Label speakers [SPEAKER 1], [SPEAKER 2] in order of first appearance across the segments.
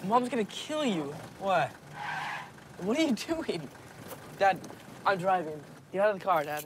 [SPEAKER 1] Mom's gonna kill you. What? What are you doing? Dad, I'm driving. Get out of the car, Dad.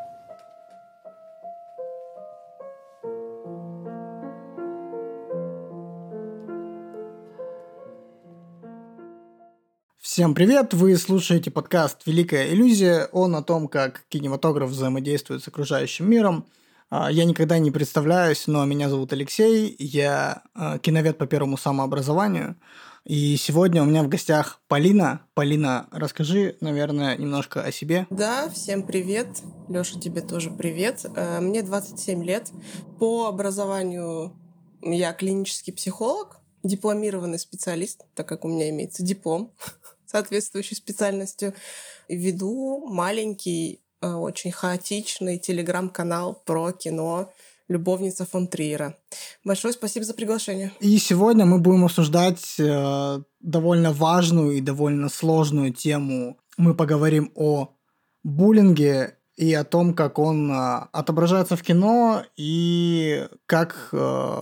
[SPEAKER 2] Всем привет! Вы слушаете подкаст «Великая иллюзия». Он о том, как кинематограф взаимодействует с окружающим миром. Я никогда не представляюсь, но меня зовут Алексей, я киновед по первому самообразованию. И сегодня у меня в гостях Полина. Полина, расскажи, наверное, немножко о себе.
[SPEAKER 3] Да, всем привет. Лёша, тебе тоже привет. Мне 27 лет. По образованию я клинический психолог, дипломированный специалист, так как у меня имеется диплом соответствующей специальностью. Веду маленький, очень хаотичный телеграм-канал про кино «Любовница фон Триера». Большое спасибо за приглашение.
[SPEAKER 2] И сегодня мы будем обсуждать довольно важную и довольно сложную тему. Мы поговорим о буллинге и о том, как он отображается в кино и как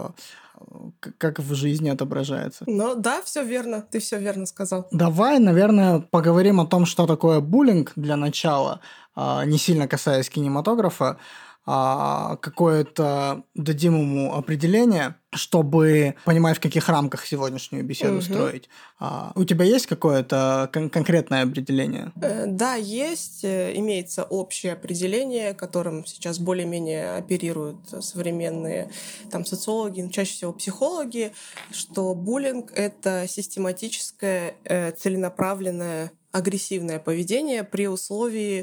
[SPEAKER 2] в жизни отображается.
[SPEAKER 3] Ну да, все верно, ты все верно сказал.
[SPEAKER 2] Давай, наверное, поговорим о том, что такое буллинг для начала, не сильно касаясь кинематографа, какое-то дадим ему определение, чтобы понимать, в каких рамках сегодняшнюю беседу строить. У тебя есть какое-то конкретное определение?
[SPEAKER 3] Да, есть. Имеется общее определение, которым сейчас более-менее оперируют современные социологи, чаще всего психологи, что буллинг — это систематическое, целенаправленное, агрессивное поведение при условии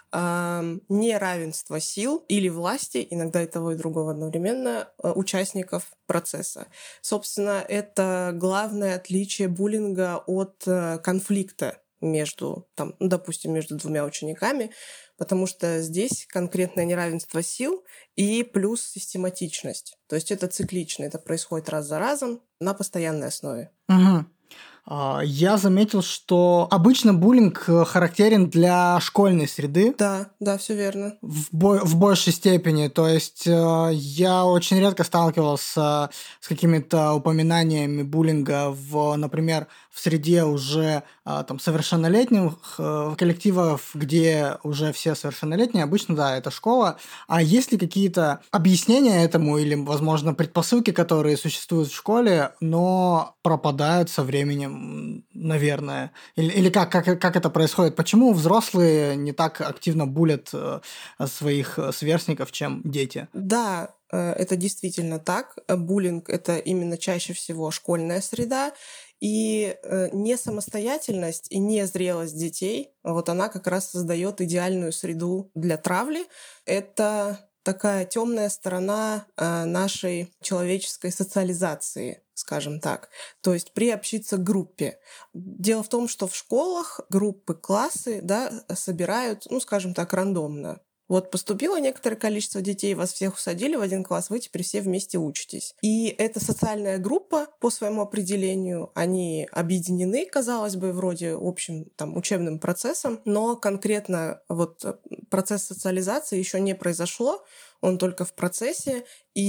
[SPEAKER 3] неравенства сил или власти, иногда и того, и другого одновременно, участников процесса. Собственно, это главное отличие буллинга от конфликта между, допустим, между двумя учениками, потому что здесь конкретное неравенство сил и плюс систематичность. То есть это циклично, это происходит раз за разом на постоянной основе.
[SPEAKER 2] Угу. Я заметил, что обычно буллинг характерен для школьной среды.
[SPEAKER 3] Да, все верно.
[SPEAKER 2] В большей степени. То есть я очень редко сталкивался с какими-то упоминаниями буллинга например, в среде уже совершеннолетних коллективов, где уже все совершеннолетние. Обычно, да, это школа. А есть ли какие-то объяснения этому или, возможно, предпосылки, которые существуют в школе, но пропадают со временем, наверное? Или как это происходит? Почему взрослые не так активно буллят своих сверстников, чем дети?
[SPEAKER 3] Да, это действительно так. Буллинг — это именно чаще всего школьная среда. И несамостоятельность и незрелость детей, вот она как раз создает идеальную среду для травли. Это такая темная сторона нашей человеческой социализации, скажем так. То есть приобщиться к группе. Дело в том, что в школах группы, классы, собирают, скажем так, рандомно. Вот поступило некоторое количество детей, вас всех усадили в один класс, вы теперь все вместе учитесь. И эта социальная группа, по своему определению, они объединены, казалось бы, вроде общим учебным процессом, но конкретно процесс социализации еще не произошло, он только в процессе,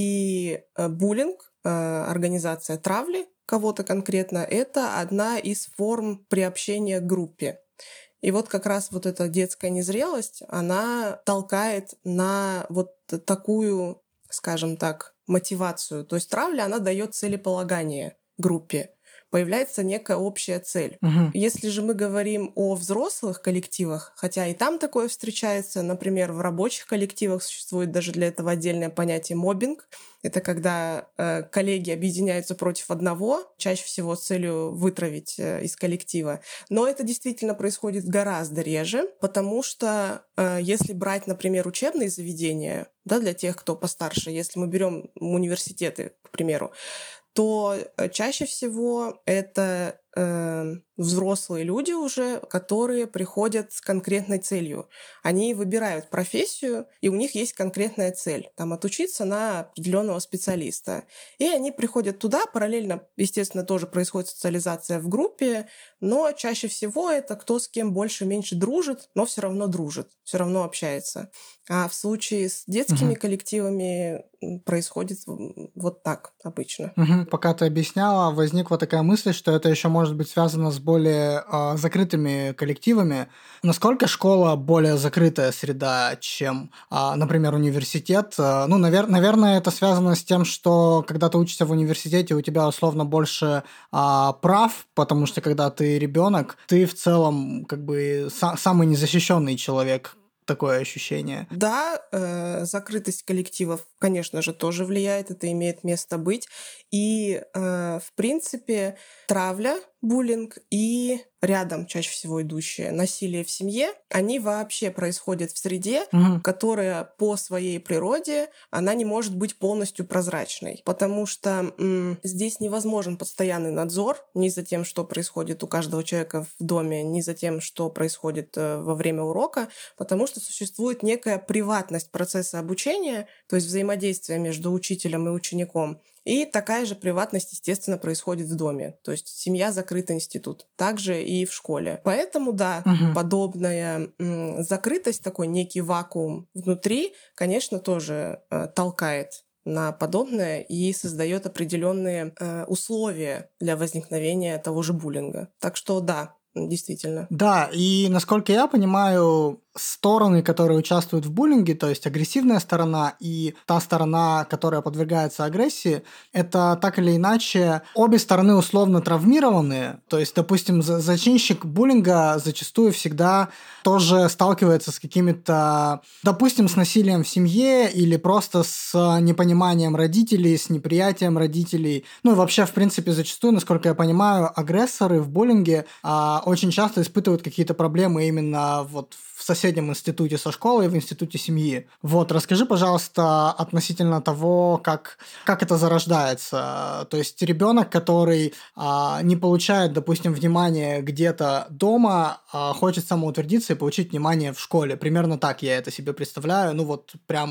[SPEAKER 3] и буллинг, организация травли кого-то конкретно, это одна из форм приобщения к группе. И как раз эта детская незрелость, она толкает на такую, скажем так, мотивацию. То есть травля, она дает целеполагание группе. Появляется некая общая цель.
[SPEAKER 2] Угу.
[SPEAKER 3] Если же мы говорим о взрослых коллективах, хотя и там такое встречается, например, в рабочих коллективах существует даже для этого отдельное понятие моббинг. Это когда коллеги объединяются против одного, чаще всего с целью вытравить из коллектива. Но это действительно происходит гораздо реже, потому что если брать, например, учебные заведения, для тех, кто постарше, если мы берем университеты, к примеру, то чаще всего это взрослые люди уже, которые приходят с конкретной целью. Они выбирают профессию, и у них есть конкретная цель. Там отучиться на определенного специалиста. И они приходят туда, параллельно, естественно, тоже происходит социализация в группе, но чаще всего это кто с кем больше-меньше дружит, но все равно дружит, все равно общается. А в случае с детскими коллективами происходит вот так обычно.
[SPEAKER 2] Пока ты объясняла, возникла такая мысль, что это еще может быть связано с более закрытыми коллективами. Насколько школа более закрытая среда, чем, например, университет? Ну, наверное, это связано с тем, что когда ты учишься в университете, у тебя условно больше прав, потому что когда ты ребенок, ты в целом как бы самый незащищенный человек. Такое ощущение.
[SPEAKER 3] Да, закрытость коллективов, конечно же, тоже влияет, это имеет место быть. И, в принципе, травля, буллинг и рядом чаще всего идущее насилие в семье, они вообще происходят в среде, которая по своей природе, она не может быть полностью прозрачной, потому что здесь невозможен постоянный надзор ни за тем, что происходит у каждого человека в доме, ни за тем, что происходит во время урока, потому что существует некая приватность процесса обучения, то есть взаимодействие между учителем и учеником. И такая же приватность, естественно, происходит в доме. То есть семья — закрытый институт. Также и в школе. Поэтому, да, подобная закрытость, такой некий вакуум внутри, конечно, тоже толкает на подобное и создает определенные условия для возникновения того же буллинга. Так что да, действительно.
[SPEAKER 2] Да, и насколько я понимаю, стороны, которые участвуют в буллинге, то есть агрессивная сторона и та сторона, которая подвергается агрессии, это так или иначе обе стороны условно травмированные. То есть, допустим, зачинщик буллинга зачастую всегда тоже сталкивается с какими-то, допустим, с насилием в семье или просто с непониманием родителей, с неприятием родителей. Ну и вообще, в принципе, зачастую, насколько я понимаю, агрессоры в буллинге очень часто испытывают какие-то проблемы именно вот в соседнем институте со школой, в институте семьи. Вот, расскажи, пожалуйста, относительно того, как это зарождается. То есть ребенок, который не получает, допустим, внимания где-то дома, хочет самоутвердиться и получить внимание в школе. Примерно так я это себе представляю, ну вот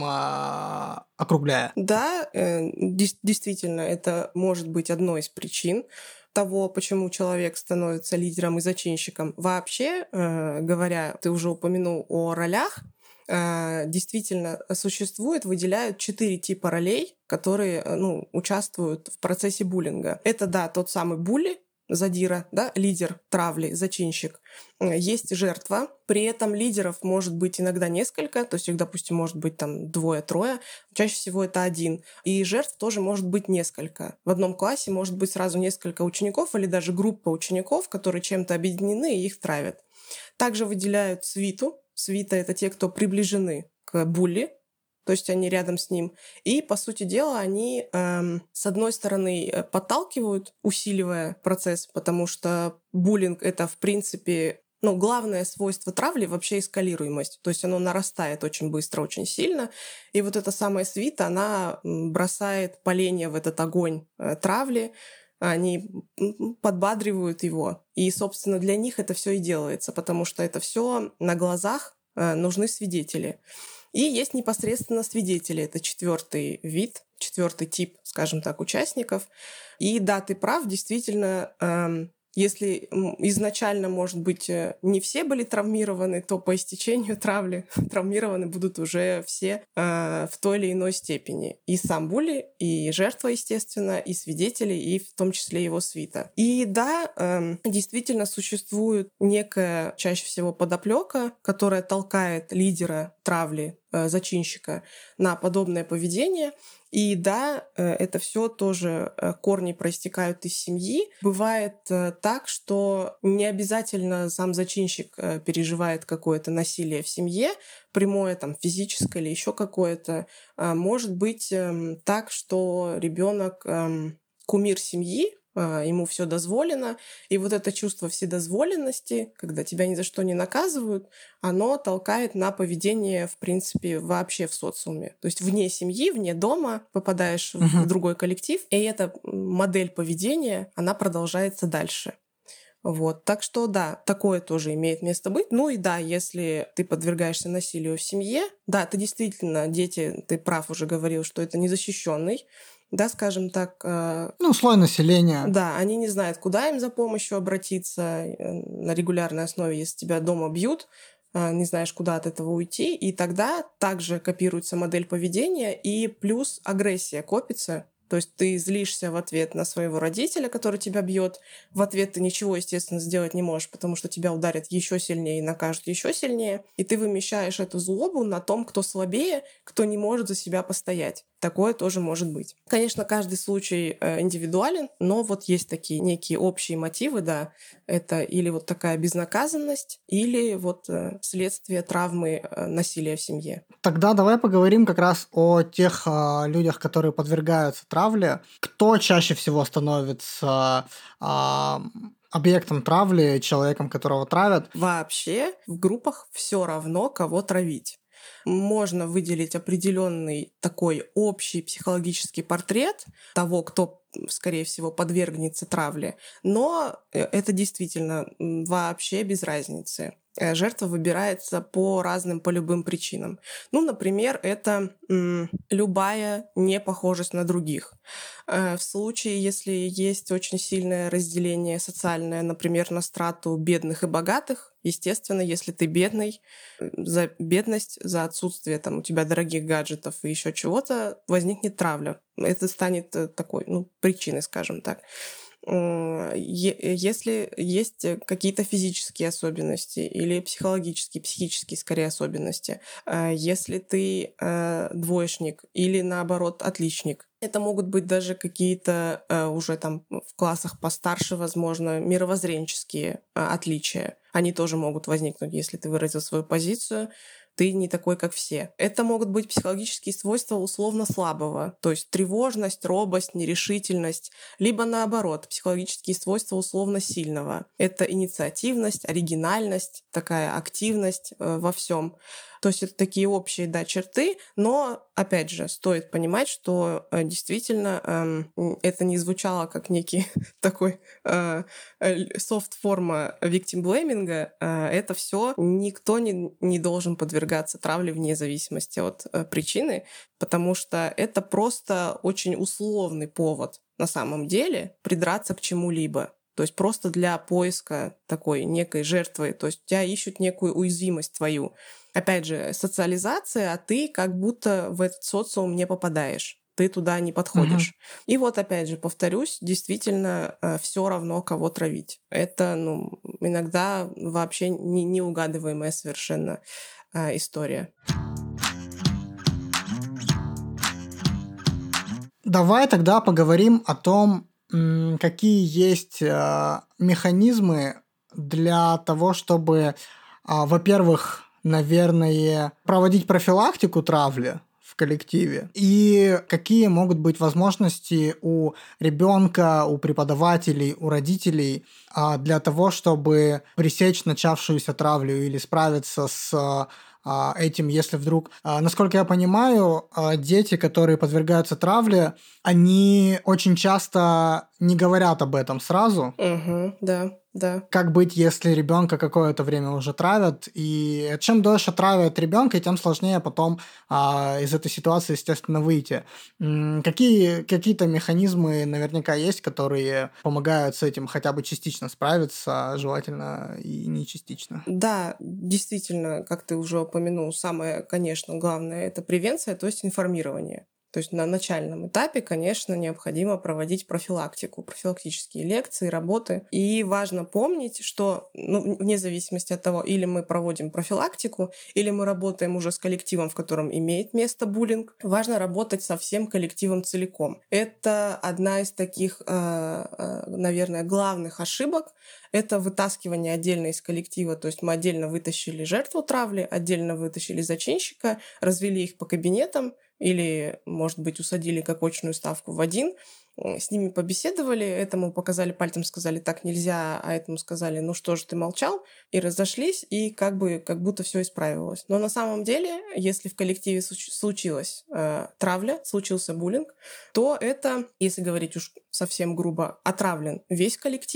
[SPEAKER 2] прямо округляя.
[SPEAKER 3] Да, действительно, это может быть одной из причин того, почему человек становится лидером и зачинщиком. Вообще, говоря, ты уже упомянул о ролях, действительно существует, выделяют 4 типа ролей, которые участвуют в процессе буллинга. Это, да, тот самый булли, задира, да, лидер травли, зачинщик. Есть жертва, при этом лидеров может быть иногда несколько, то есть их, допустим, может быть там 2-3, чаще всего это 1. И жертв тоже может быть несколько. В одном классе может быть сразу несколько учеников или даже группа учеников, которые чем-то объединены и их травят. Также выделяют свиту. Свита — это те, кто приближены к булли, то есть они рядом с ним. И, по сути дела, они, с одной стороны, подталкивают, усиливая процесс, потому что буллинг — это, в принципе, главное свойство травли — вообще эскалируемость. То есть оно нарастает очень быстро, очень сильно. И вот эта самая свита, она бросает поленья в этот огонь травли, они подбадривают его. И, собственно, для них это все и делается, потому что это все на глазах, нужны свидетели. И есть непосредственно свидетели. Это 4-й вид, 4-й тип, скажем так, участников. И да, ты прав, действительно, если изначально, может быть, не все были травмированы, то по истечению травли травмированы будут уже все в той или иной степени. И сам булли, и жертва, естественно, и свидетели, и в том числе его свита. И да, действительно существует некая, чаще всего, подоплека, которая толкает лидера травли, зачинщика, на подобное поведение. И да, это все тоже корни проистекают из семьи. Бывает так, что не обязательно сам зачинщик переживает какое-то насилие в семье, прямое, там, физическое или еще какое-то. Может быть так, что ребенок кумир семьи, ему все дозволено, и вот это чувство вседозволенности, когда тебя ни за что не наказывают, оно толкает на поведение, в принципе, вообще в социуме. То есть вне семьи, вне дома попадаешь в другой коллектив, и эта модель поведения, она продолжается дальше. Вот. Так что да, такое тоже имеет место быть. Ну и да, если ты подвергаешься насилию в семье, да, это действительно, дети, ты прав, уже говорил, что это незащищенный, да, скажем так,
[SPEAKER 2] Ну, слой населения.
[SPEAKER 3] да, они не знают, куда им за помощью обратиться на регулярной основе, если тебя дома бьют, не знаешь, куда от этого уйти, и тогда также копируется модель поведения, и плюс агрессия копится. То есть ты злишься в ответ на своего родителя, который тебя бьет. В ответ ты ничего, естественно, сделать не можешь, потому что тебя ударят еще сильнее и накажут еще сильнее. И ты вымещаешь эту злобу на том, кто слабее, кто не может за себя постоять. Такое тоже может быть. Конечно, каждый случай индивидуален, но вот есть такие некие общие мотивы, да. Это или вот такая безнаказанность, или вот следствие травмы насилия в семье.
[SPEAKER 2] Тогда давай поговорим как раз о тех людях, которые подвергаются травле. Кто чаще всего становится объектом травли, человеком, которого травят?
[SPEAKER 3] Вообще в группах все равно, кого травить. Можно выделить определенный такой общий психологический портрет того, кто, скорее всего, подвергнется травле, но это действительно вообще без разницы. Жертва выбирается по разным, по любым причинам. Ну, например, это любая непохожесть на других. В случае, если есть очень сильное разделение социальное, например, на страту бедных и богатых, естественно, если ты бедный, за бедность, за отсутствие там, у тебя дорогих гаджетов и еще чего-то возникнет травля. Это станет такой, причиной, скажем так. Если есть какие-то физические особенности или психологические, психические, скорее, особенности, если ты двоечник или, наоборот, отличник, это могут быть даже какие-то уже там в классах постарше, возможно, мировоззренческие отличия. Они тоже могут возникнуть, если ты выразил свою позицию, ты не такой, как все. Это могут быть психологические свойства условно слабого, то есть тревожность, робость, нерешительность, либо наоборот, психологические свойства условно сильного. Это инициативность, оригинальность, такая активность во всем. То есть это такие общие, да, черты, но, опять же, стоит понимать, что действительно это не звучало как некий такой софт-форма victim-blaming. Это все никто не должен подвергаться травле вне зависимости от причины, потому что это просто очень условный повод на самом деле придраться к чему-либо. То есть просто для поиска такой некой жертвы. То есть тебя ищут некую уязвимость твою. Опять же, социализация, а ты как будто в этот социум не попадаешь. Ты туда не подходишь. И вот опять же, повторюсь, действительно все равно, кого травить. Это иногда вообще неугадываемая совершенно история.
[SPEAKER 2] Давай тогда поговорим о том, какие есть механизмы для того, чтобы, во-первых, наверное, проводить профилактику травли в коллективе, и какие могут быть возможности у ребенка, у преподавателей, у родителей для того, чтобы пресечь начавшуюся травлю или справиться с этим, если вдруг... Насколько я понимаю, дети, которые подвергаются травле, они очень часто не говорят об этом сразу.
[SPEAKER 3] Да.
[SPEAKER 2] Как быть, если ребенка какое-то время уже травят? И чем дольше травят ребенка, тем сложнее потом из этой ситуации, естественно, выйти. Какие-то механизмы наверняка есть, которые помогают с этим хотя бы частично справиться, желательно и не частично.
[SPEAKER 3] Да, действительно, как ты уже упомянул, самое, конечно, главное – это превенция, то есть информирование. То есть на начальном этапе, конечно, необходимо проводить профилактику, профилактические лекции, работы. И важно помнить, что вне зависимости от того, или мы проводим профилактику, или мы работаем уже с коллективом, в котором имеет место буллинг, важно работать со всем коллективом целиком. Это одна из таких, наверное, главных ошибок. Это вытаскивание отдельно из коллектива. То есть мы отдельно вытащили жертву травли, отдельно вытащили зачинщика, развели их по кабинетам, или, может быть, усадили как очную ставку в один, с ними побеседовали, этому показали пальцем, сказали, так нельзя, а этому сказали, ну что же ты молчал, и разошлись, и как будто все исправилось. Но на самом деле, если в коллективе случилась травля, случился буллинг, то это, если говорить уж совсем грубо, отравлен весь коллектив,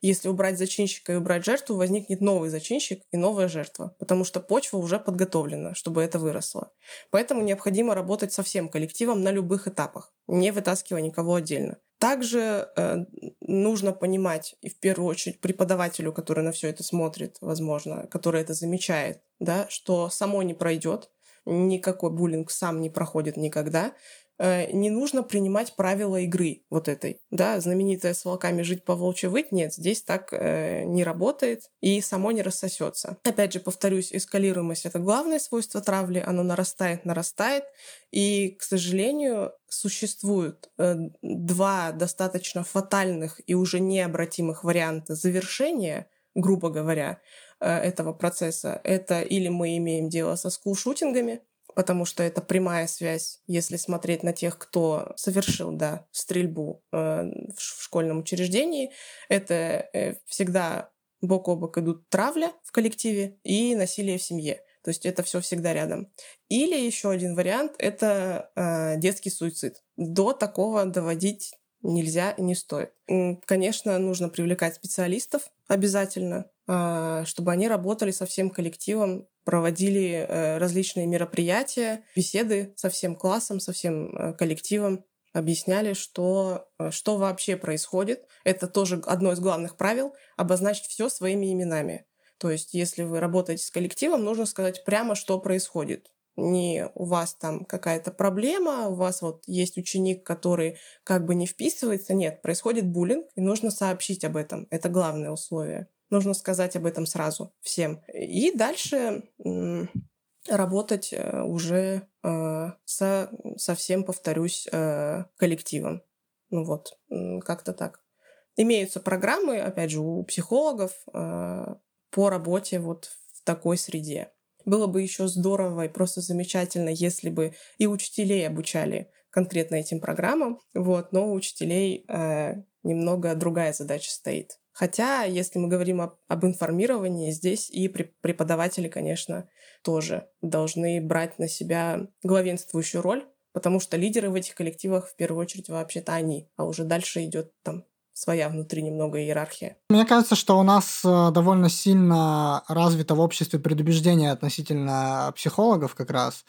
[SPEAKER 3] Если убрать зачинщика и убрать жертву, возникнет новый зачинщик и новая жертва, потому что почва уже подготовлена, чтобы это выросло. Поэтому необходимо работать со всем коллективом на любых этапах, не вытаскивая никого отдельно. Также нужно понимать, и в первую очередь преподавателю, который на все это смотрит, возможно, который это замечает, да, что само не пройдет, никакой буллинг сам не проходит никогда. Не нужно принимать правила игры вот этой, да, знаменитая с волками жить по волчьи выть. Нет, здесь так не работает и само не рассосется. Опять же, повторюсь, эскалируемость — это главное свойство травли, оно нарастает, и, к сожалению, существует два достаточно фатальных и уже необратимых варианта завершения, грубо говоря, этого процесса. Это или мы имеем дело со скулшутингами, потому что это прямая связь, если смотреть на тех, кто совершил, да, стрельбу в школьном учреждении. Это всегда бок о бок идут травля в коллективе и насилие в семье. То есть это все всегда рядом. Или еще один вариант — это детский суицид. До такого доводить нельзя и не стоит. Конечно, нужно привлекать специалистов обязательно, чтобы они работали со всем коллективом, проводили различные мероприятия, беседы со всем классом, со всем коллективом, объясняли, что вообще происходит. Это тоже одно из главных правил — обозначить все своими именами. То есть, если вы работаете с коллективом, нужно сказать прямо, что происходит. Не у вас там какая-то проблема, у вас вот есть ученик, который как бы не вписывается. Нет, происходит буллинг, и нужно сообщить об этом. Это главное условие. Нужно сказать об этом сразу всем. И дальше работать уже со всем, повторюсь, коллективом. Ну вот, как-то так. Имеются программы, опять же, у психологов по работе вот в такой среде. Было бы еще здорово и просто замечательно, если бы и учителей обучали конкретно этим программам, вот, но у учителей немного другая задача стоит. Хотя, если мы говорим об информировании, здесь и преподаватели, конечно, тоже должны брать на себя главенствующую роль, потому что лидеры в этих коллективах в первую очередь вообще-то они, а уже дальше идет там своя внутри немного иерархия.
[SPEAKER 2] Мне кажется, что у нас довольно сильно развито в обществе предубеждение относительно психологов как раз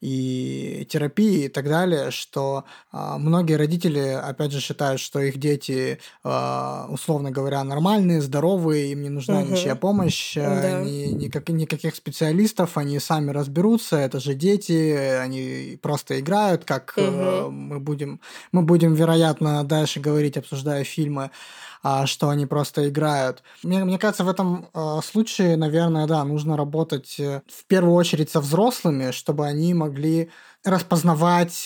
[SPEAKER 2] и терапии и так далее, что многие родители, опять же, считают, что их дети, условно говоря, нормальные, здоровые, им не нужна ничья помощь,
[SPEAKER 3] Да.
[SPEAKER 2] никаких специалистов, они сами разберутся, это же дети, они просто играют, как мы будем, вероятно, дальше говорить, обсуждая фильмы, что они просто играют. Мне кажется, в этом случае, наверное, да, нужно работать в первую очередь со взрослыми, чтобы они могли распознавать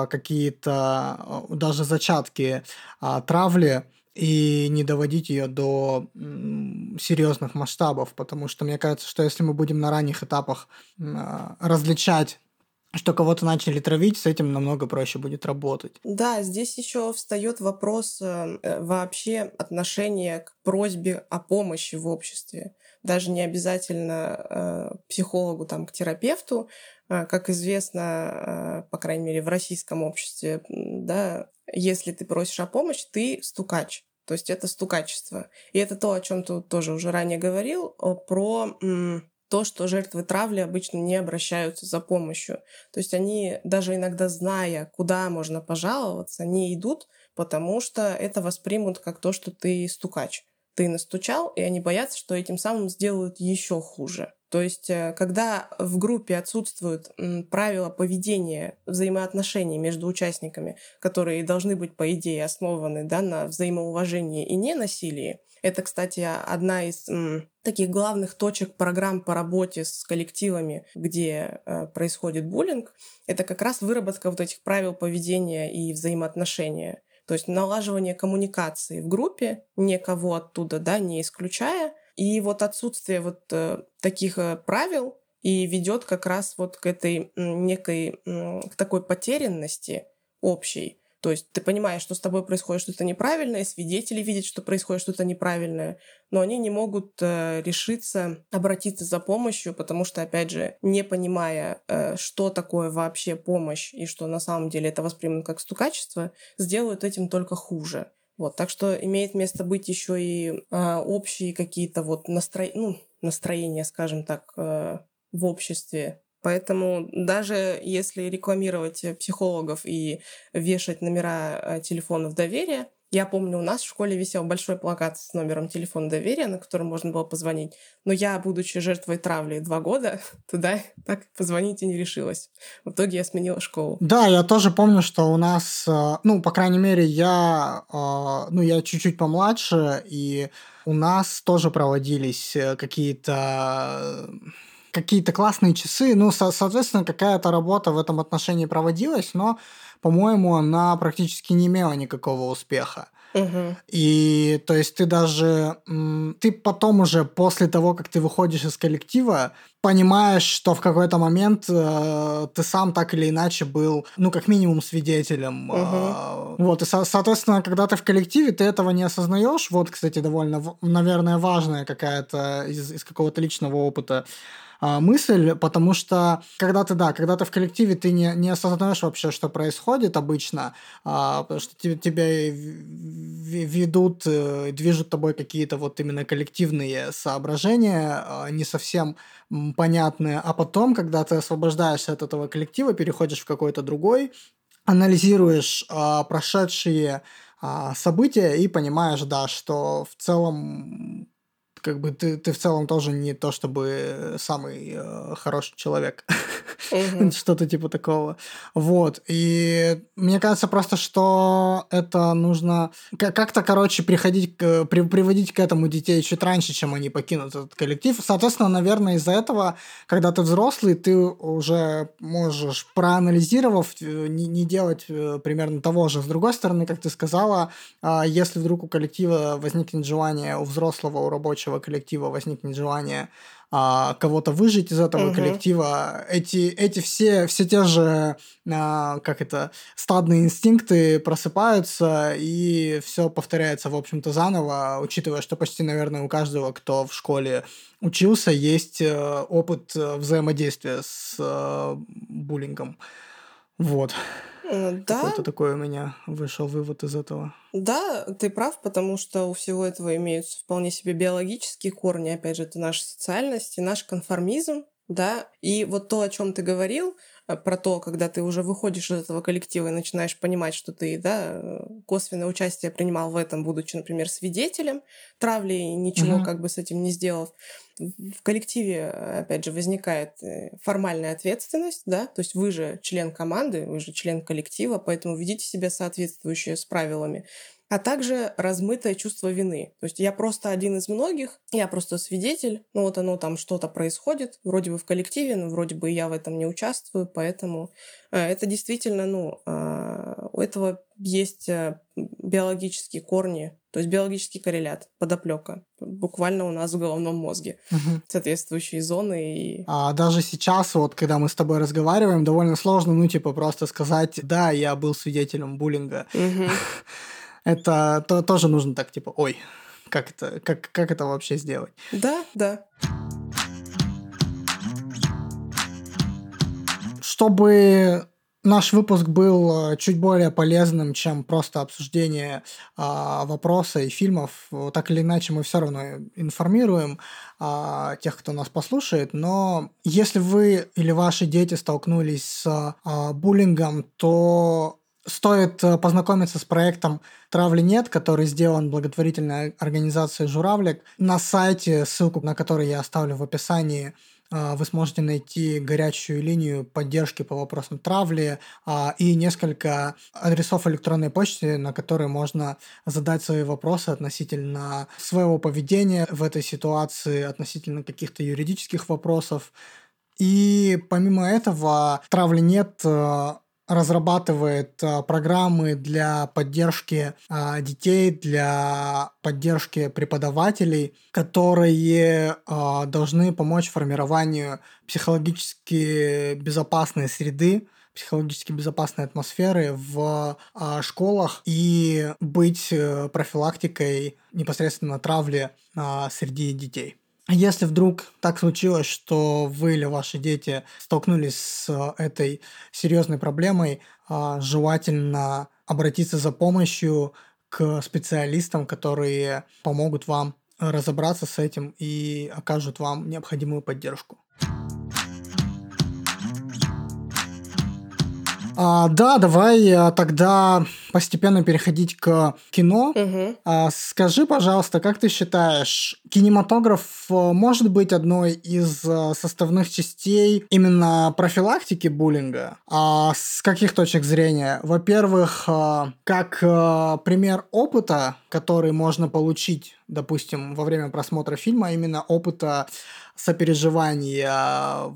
[SPEAKER 2] какие-то даже зачатки травли и не доводить ее до серьезных масштабов, потому что мне кажется, что если мы будем на ранних этапах различать, что кого-то начали травить, с этим намного проще будет работать.
[SPEAKER 3] Да, здесь еще встает вопрос вообще отношения к просьбе о помощи в обществе. Даже не обязательно к психологу, там, к терапевту. Как известно, по крайней мере, в российском обществе, да, если ты просишь о помощи, ты стукач. То есть это стукачество. И это то, о чем ты тоже уже ранее говорил, про то, что жертвы травли обычно не обращаются за помощью. То есть они, даже иногда зная, куда можно пожаловаться, не идут, потому что это воспримут как то, что ты стукач. Ты настучал, и они боятся, что этим самым сделают еще хуже. То есть, когда в группе отсутствуют правила поведения, взаимоотношений между участниками, которые должны быть, по идее, основаны, да, на взаимоуважении и ненасилии, это, кстати, одна из таких главных точек программ по работе с коллективами, где происходит буллинг. Это как раз выработка вот этих правил поведения и взаимоотношения. То есть налаживание коммуникации в группе, никого оттуда, да, не исключая. И вот отсутствие вот таких правил и ведет как раз вот к этой некой, к такой потерянности общей. То есть ты понимаешь, что с тобой происходит что-то неправильное, свидетели видят, что происходит что-то неправильное, но они не могут решиться обратиться за помощью, потому что, опять же, не понимая, что такое вообще помощь и что на самом деле это воспримут как стукачество, сделают этим только хуже. Вот, так что имеет место быть еще и общие какие-то вот настроения, скажем так, в обществе. Поэтому даже если рекламировать психологов и вешать номера телефонов доверия, я помню, у нас в школе висел большой плакат с номером телефона доверия, на который можно было позвонить. Но я, будучи жертвой травли 2 года, туда так позвонить и не решилась. В итоге я сменила школу.
[SPEAKER 2] Да, я тоже помню, что у нас, по крайней мере, я чуть-чуть помладше, и у нас тоже проводились какие-то классные часы. Ну, соответственно, какая-то работа в этом отношении проводилась, но, по-моему, она практически не имела никакого успеха.
[SPEAKER 3] Угу.
[SPEAKER 2] И то есть ты потом уже после того, как ты выходишь из коллектива, понимаешь, что в какой-то момент ты сам так или иначе был, как минимум, свидетелем. Вот, и, соответственно, когда ты в коллективе, ты этого не осознаешь. Вот, кстати, довольно, наверное, важная какая-то из какого-то личного опыта мысль, потому что когда ты в коллективе, ты не осознаешь вообще, что происходит обычно, потому что тебя ведут, движут тобой какие-то вот именно коллективные соображения, не совсем понятные, а потом, когда ты освобождаешься от этого коллектива, переходишь в какой-то другой, анализируешь прошедшие события и понимаешь, да, что в целом как бы ты в целом тоже не то чтобы самый хороший человек. Что-то типа такого. Вот. И мне кажется просто, что это нужно как-то, приводить к этому детей чуть раньше, чем они покинут этот коллектив. Соответственно, наверное, из-за этого, когда ты взрослый, ты уже можешь, проанализировав, не делать примерно того же. С другой стороны, как ты сказала, если вдруг у коллектива возникнет желание, у взрослого, у рабочего коллектива возникнет желание кого-то выжить из этого коллектива, эти все те же стадные инстинкты просыпаются, и все повторяется, в общем-то, заново, учитывая, что почти, наверное, у каждого, кто в школе учился, есть опыт взаимодействия с буллингом. Вот.
[SPEAKER 3] Да.
[SPEAKER 2] Какой-то такой у меня вышел вывод из этого.
[SPEAKER 3] Да, ты прав, потому что у всего этого имеются вполне себе биологические корни. Опять же, это наша социальность и наш конформизм, да. И вот то, о чем ты говорил, про то, когда ты уже выходишь из этого коллектива и начинаешь понимать, что ты, да, косвенное участие принимал в этом, будучи, например, свидетелем травли и ничего как бы с этим не сделав. В коллективе, опять же, возникает формальная ответственность, да, то есть вы же член команды, вы же член коллектива, поэтому ведите себя соответствующе с правилами. А также размытое чувство вины. То есть я просто один из многих, я просто свидетель, вот оно там что-то происходит, вроде бы в коллективе, но вроде бы я в этом не участвую, поэтому это действительно, у этого есть биологические корни, то есть биологический коррелят, подоплека, буквально у нас в головном мозге, соответствующие зоны. И...
[SPEAKER 2] даже сейчас, вот, когда мы с тобой разговариваем, довольно сложно, просто сказать, да, я был свидетелем буллинга. Это тоже нужно так, ой, как это вообще сделать?
[SPEAKER 3] Да.
[SPEAKER 2] Чтобы наш выпуск был чуть более полезным, чем просто обсуждение вопроса и фильмов, так или иначе мы все равно информируем тех, кто нас послушает, но если вы или ваши дети столкнулись с буллингом, то стоит познакомиться с проектом «Травли нет», который сделан благотворительной организацией «Журавлик». На сайте, ссылку на который я оставлю в описании, вы сможете найти горячую линию поддержки по вопросам травли и несколько адресов электронной почты, на которые можно задать свои вопросы относительно своего поведения в этой ситуации, относительно каких-то юридических вопросов. И помимо этого, «Травли нет» разрабатывает программы для поддержки детей, для поддержки преподавателей, которые должны помочь формированию психологически безопасной среды, психологически безопасной атмосферы в школах и быть профилактикой непосредственно травли среди детей. Если вдруг так случилось, что вы или ваши дети столкнулись с этой серьезной проблемой, желательно обратиться за помощью к специалистам, которые помогут вам разобраться с этим и окажут вам необходимую поддержку. Да, давай тогда постепенно переходить к кино. Скажи, пожалуйста, как ты считаешь, кинематограф может быть одной из составных частей именно профилактики буллинга? С каких точек зрения? Во-первых, как пример опыта, который можно получить, допустим, во время просмотра фильма, именно опыта сопереживания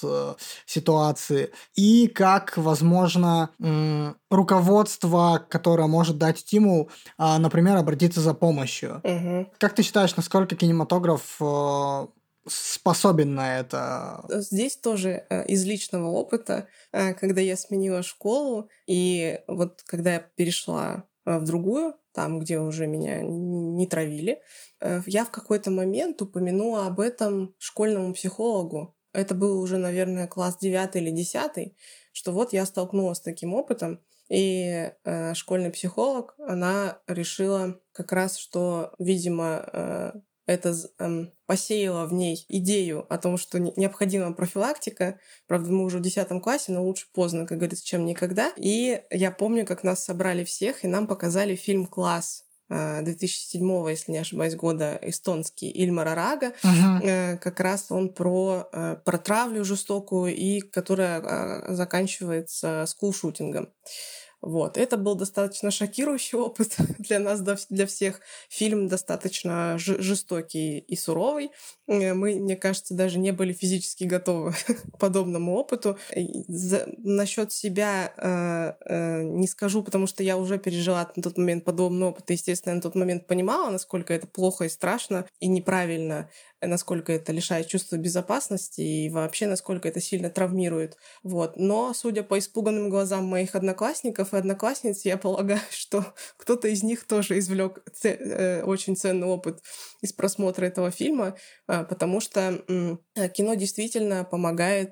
[SPEAKER 2] ситуации, и как, возможно, руководство, которое может дать стимул, например, обратиться за помощью. Как ты считаешь, насколько кинематограф способен на это?
[SPEAKER 3] Здесь тоже из личного опыта, когда я сменила школу, и вот когда я перешла в другую, там, где уже меня не травили, я в какой-то момент упомянула об этом школьному психологу. Это был уже, наверное, класс 9 или 10, что вот я столкнулась с таким опытом, и школьный психолог, она решила как раз, что, видимо, это посеяло в ней идею о том, что необходима профилактика. Правда, мы уже в 10 классе, но лучше поздно, как говорится, чем никогда. И я помню, как нас собрали всех, и нам показали фильм «Класс» 2007, если не ошибаюсь, года, эстонский, Ильмара Рага. Как раз он про травлю жестокую, и которая заканчивается скулшутингом. Вот. Это был достаточно шокирующий опыт для нас, для всех. Фильм достаточно жестокий и суровый. Мы, мне кажется, даже не были физически готовы к подобному опыту. Насчет себя не скажу, потому что я уже пережила на тот момент подобный опыт. И, естественно, я на тот момент понимала, насколько это плохо и страшно, и неправильно, насколько это лишает чувства безопасности и вообще насколько это сильно травмирует. Вот. Но, судя по испуганным глазам моих одноклассников и одноклассниц, я полагаю, что кто-то из них тоже извлек очень ценный опыт из просмотра этого фильма, потому что кино действительно помогает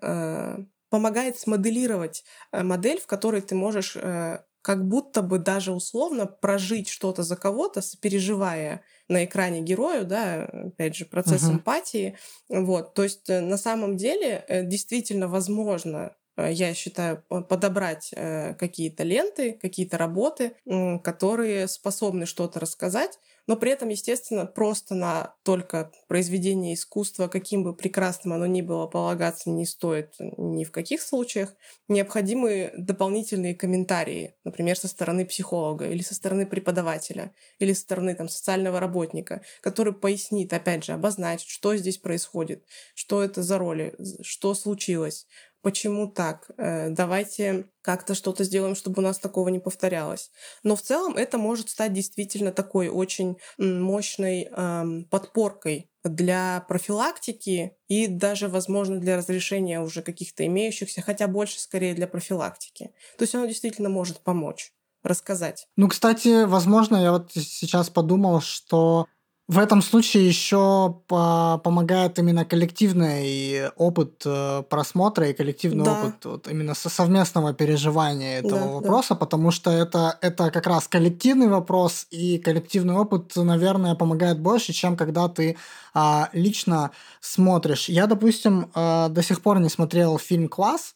[SPEAKER 3] смоделировать модель, в которой ты можешь как будто бы даже условно прожить что-то за кого-то, сопереживая на экране герою, да, опять же, процесс эмпатии. Вот. То есть на самом деле действительно возможно, я считаю, подобрать какие-то ленты, какие-то работы, которые способны что-то рассказать, но при этом, естественно, просто на только произведение искусства, каким бы прекрасным оно ни было, полагаться не стоит ни в каких случаях. Необходимы дополнительные комментарии, например, со стороны психолога или со стороны преподавателя, или со стороны социального работника, который пояснит, опять же, обозначит, что здесь происходит, что это за роли, что случилось, почему так? Давайте как-то что-то сделаем, чтобы у нас такого не повторялось. Но в целом это может стать действительно такой очень мощной подпоркой для профилактики и даже, возможно, для разрешения уже каких-то имеющихся, хотя больше скорее для профилактики. То есть оно действительно может помочь рассказать.
[SPEAKER 2] Кстати, возможно, я вот сейчас подумал, что в этом случае еще помогает именно коллективный опыт просмотра и коллективный опыт именно совместного переживания этого вопроса, потому что это как раз коллективный вопрос, и коллективный опыт, наверное, помогает больше, чем когда ты лично смотришь. Я, допустим, до сих пор не смотрел фильм «Класс»,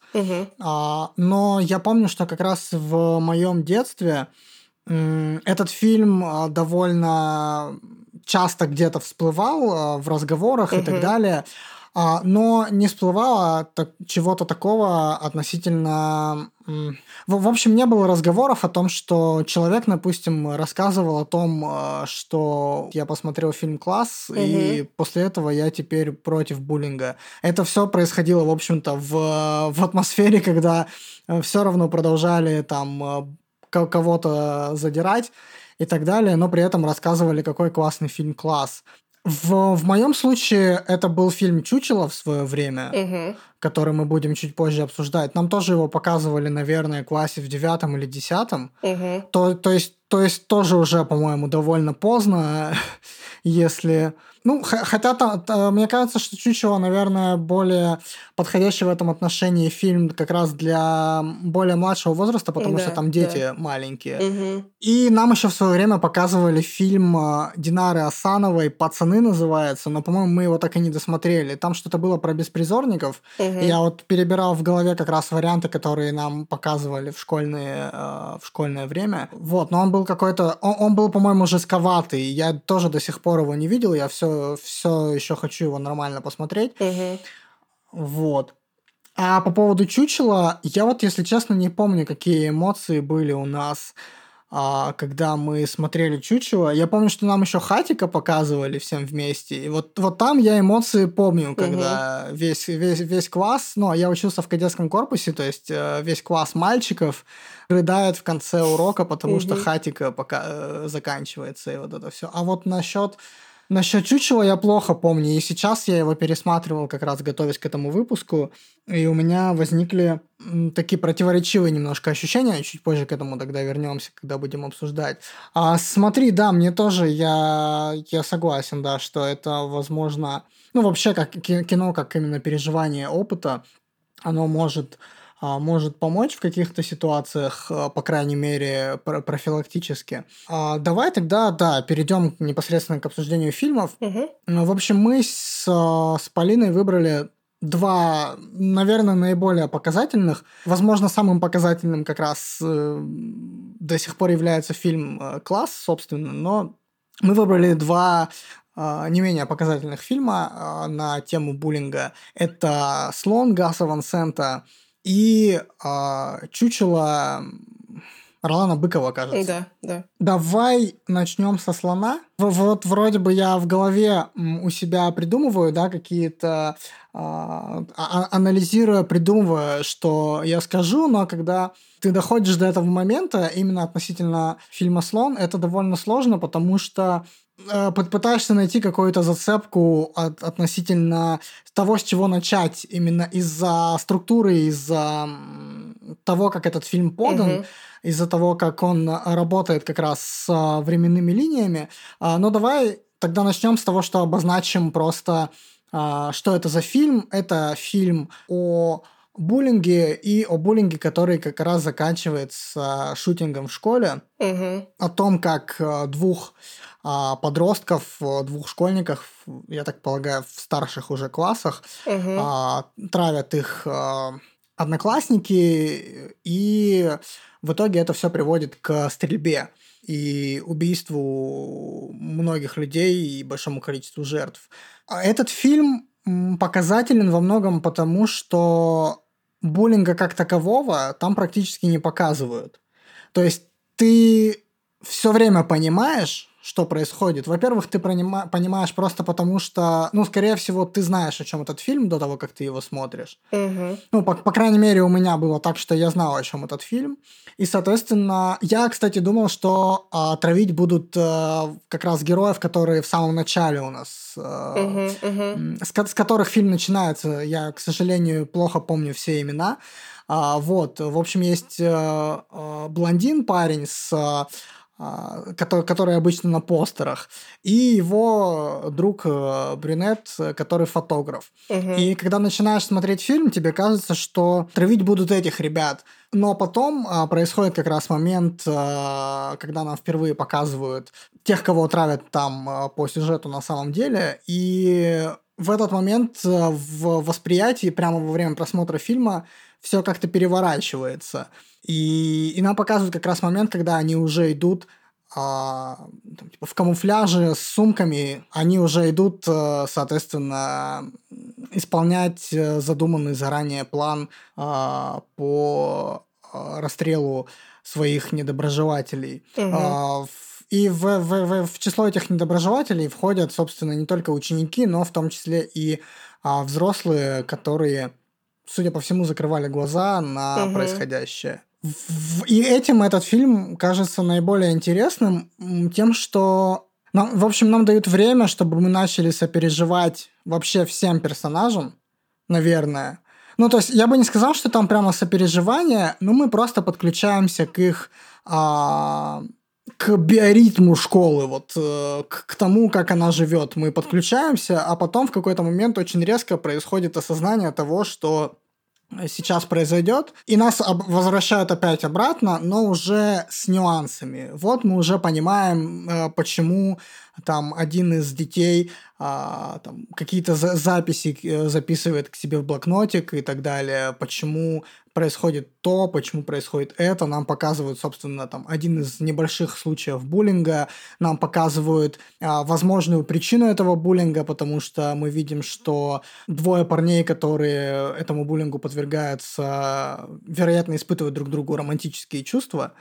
[SPEAKER 2] но я помню, что как раз в моем детстве этот фильм довольно часто где-то всплывал в разговорах и так далее, но не всплывало чего-то такого относительно... В общем, не было разговоров о том, что человек, допустим, рассказывал о том, что я посмотрел фильм «Класс», и после этого я теперь против буллинга. Это все происходило, в общем-то, в атмосфере, когда все равно продолжали там кого-то задирать и так далее, но при этом рассказывали, какой классный фильм «Класс». В моем случае это был фильм «Чучело» в свое время, который мы будем чуть позже обсуждать. Нам тоже его показывали, наверное, в классе в 9 или 10. То есть тоже уже, по-моему, довольно поздно. если... Ну, хотя мне кажется, что «Чучело», наверное, более подходящий в этом отношении фильм как раз для более младшего возраста, потому что там дети маленькие.
[SPEAKER 3] Мгм.
[SPEAKER 2] И нам еще в свое время показывали фильм Динары Асановой «Пацаны» называется, но, по-моему, мы его так и не досмотрели. Там что-то было про беспризорников.
[SPEAKER 3] Мгм.
[SPEAKER 2] Я вот перебирал в голове как раз варианты, которые нам показывали в школьное время. Вот, но он был какой-то... Он был, по-моему, жестковатый. Я тоже до сих пор его не видел. Я все еще хочу его нормально посмотреть.
[SPEAKER 3] Мгм.
[SPEAKER 2] Вот. А по поводу «Чучела», я вот, если честно, не помню, какие эмоции были у нас, когда мы смотрели «Чучело». Я помню, что нам еще «Хатико» показывали всем вместе. И вот там я эмоции помню, когда весь класс, ну, я учился в кадетском корпусе, то есть весь класс мальчиков рыдает в конце урока, потому что «Хатико» пока заканчивается, и вот это все. А вот насчет «Чучела» я плохо помню, и сейчас я его пересматривал, как раз готовясь к этому выпуску, и у меня возникли такие противоречивые немножко ощущения, чуть позже к этому тогда вернемся, когда будем обсуждать. Смотри, да, мне тоже, я согласен, да, что это, возможно, ну, вообще, как кино, как именно переживание опыта, оно может помочь в каких-то ситуациях, по крайней мере, профилактически. Давай тогда, да, перейдем непосредственно к обсуждению фильмов.
[SPEAKER 3] Мгм.
[SPEAKER 2] В общем, мы с Полиной выбрали два, наверное, наиболее показательных. Возможно, самым показательным как раз до сих пор является фильм «Класс», собственно, но мы выбрали два не менее показательных фильма на тему буллинга. Это «Слон» Гаса Ван Сента и «Чучело» Ролана Быкова, кажется.
[SPEAKER 3] Да.
[SPEAKER 2] Давай начнем со «Слона». Вот вроде бы я в голове у себя придумываю, да, какие-то анализируя, придумывая, что я скажу, но когда ты доходишь до этого момента, именно относительно фильма «Слон», это довольно сложно, потому что пытаешься найти какую-то зацепку относительно того, с чего начать, именно из-за структуры, из-за того, как этот фильм подан, из-за того, как он работает как раз с временными линиями. Но давай тогда начнем с того, что обозначим просто, что это за фильм. Это фильм о буллинге и о буллинге, который как раз заканчивается шутингом в школе. О том, как двух подростков, двух школьников, я так полагаю, в старших уже классах, травят их одноклассники, и в итоге это все приводит к стрельбе и убийству многих людей и большому количеству жертв. Этот фильм показателен во многом потому, что буллинга как такового там практически не показывают. То есть ты все время понимаешь, что происходит. Во-первых, ты понимаешь просто потому, что, ну, скорее всего, ты знаешь, о чем этот фильм до того, как ты его смотришь. Ну, по крайней мере, у меня было так, что я знал, о чем этот фильм. И, соответственно, я, кстати, думал, что травить будут как раз героев, которые в самом начале у нас, с которых фильм начинается. Я, к сожалению, плохо помню все имена. Вот, в общем, есть блондин парень который обычно на постерах, и его друг брюнет, который фотограф. И когда начинаешь смотреть фильм, тебе кажется, что травить будут этих ребят. Но потом происходит как раз момент, когда нам впервые показывают тех, кого травят там по сюжету на самом деле, и в этот момент в восприятии прямо во время просмотра фильма все как-то переворачивается. И нам показывают как раз момент, когда они уже идут в камуфляже с сумками, они уже идут, соответственно, исполнять задуманный заранее план по расстрелу своих недоброжелателей. И в число этих недоброжелателей входят, собственно, не только ученики, но в том числе и взрослые, которые, судя по всему, закрывали глаза на происходящее. И этим этот фильм кажется наиболее интересным тем, что нам дают время, чтобы мы начали сопереживать вообще всем персонажам, наверное. Ну, то есть, я бы не сказал, что там прямо сопереживание, но мы просто подключаемся к к биоритму школы, вот к тому, как она живет, мы подключаемся, а потом в какой-то момент очень резко происходит осознание того, что сейчас произойдет, и нас возвращают опять обратно, но уже с нюансами. Вот мы уже понимаем, почему там один из детей там, какие-то записи записывает к себе в блокнотик и так далее, почему происходит то, почему происходит это. Нам показывают, собственно, там один из небольших случаев буллинга, нам показывают возможную причину этого буллинга, потому что мы видим, что двое парней, которые этому буллингу подвергаются, вероятно, испытывают друг другу романтические чувства.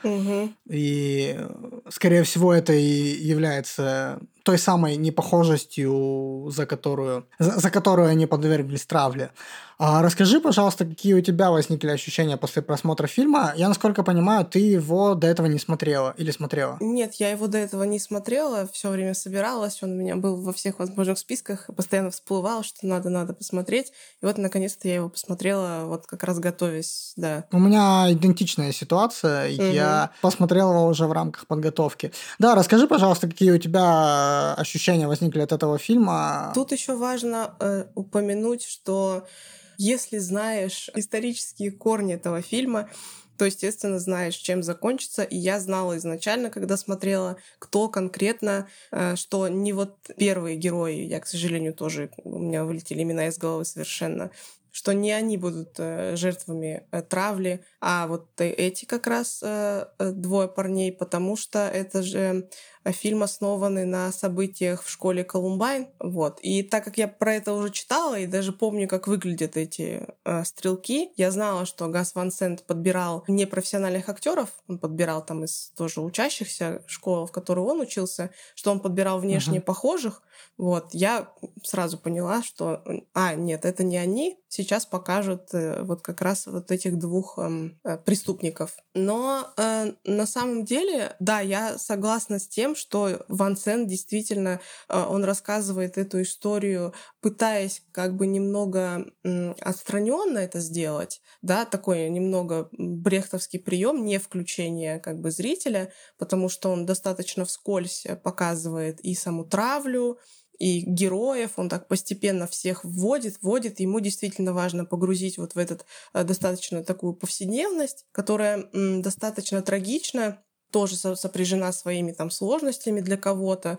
[SPEAKER 2] И, скорее всего, это и является той самой непохожестью, за которую они подверглись травле. Расскажи, пожалуйста, какие у тебя возникли ощущения после просмотра фильма. Я, насколько понимаю, ты его до этого не смотрела или смотрела?
[SPEAKER 3] Нет, я его до этого не смотрела, все время собиралась, он у меня был во всех возможных списках, постоянно всплывал, что надо посмотреть. И вот, наконец-то, я его посмотрела, вот как раз готовясь, да.
[SPEAKER 2] У меня идентичная ситуация, я посмотрел его уже в рамках подготовки. Да, расскажи, пожалуйста, какие у тебя ощущения возникли от этого фильма.
[SPEAKER 3] Тут еще важно упомянуть, что если знаешь исторические корни этого фильма, то, естественно, знаешь, чем закончится. И я знала изначально, когда смотрела, кто конкретно, что не вот первые герои, я, к сожалению, тоже, у меня вылетели имена из головы совершенно, что не они будут жертвами травли, а вот эти как раз двое парней, потому что это же фильм, основанный на событиях в школе Колумбайн. Вот. И так как я про это уже читала и даже помню, как выглядят эти стрелки, я знала, что Гас Ван Сент подбирал не профессиональных актеров, он подбирал там из тоже учащихся школы, в которой он учился, что он подбирал внешне похожих. Вот. Я сразу поняла, что нет, это не они, сейчас покажут вот как раз вот этих двух преступников. Но на самом деле, да, я согласна с тем, что Ван Сент действительно, он рассказывает эту историю, пытаясь как бы немного отстраненно это сделать, да, такой немного брехтовский прием, не включение как бы зрителя, потому что он достаточно вскользь показывает и саму травлю, и героев, он так постепенно всех вводит, ему действительно важно погрузить вот в этот достаточно такую повседневность, которая достаточно трагична, тоже сопряжена своими там сложностями для кого-то,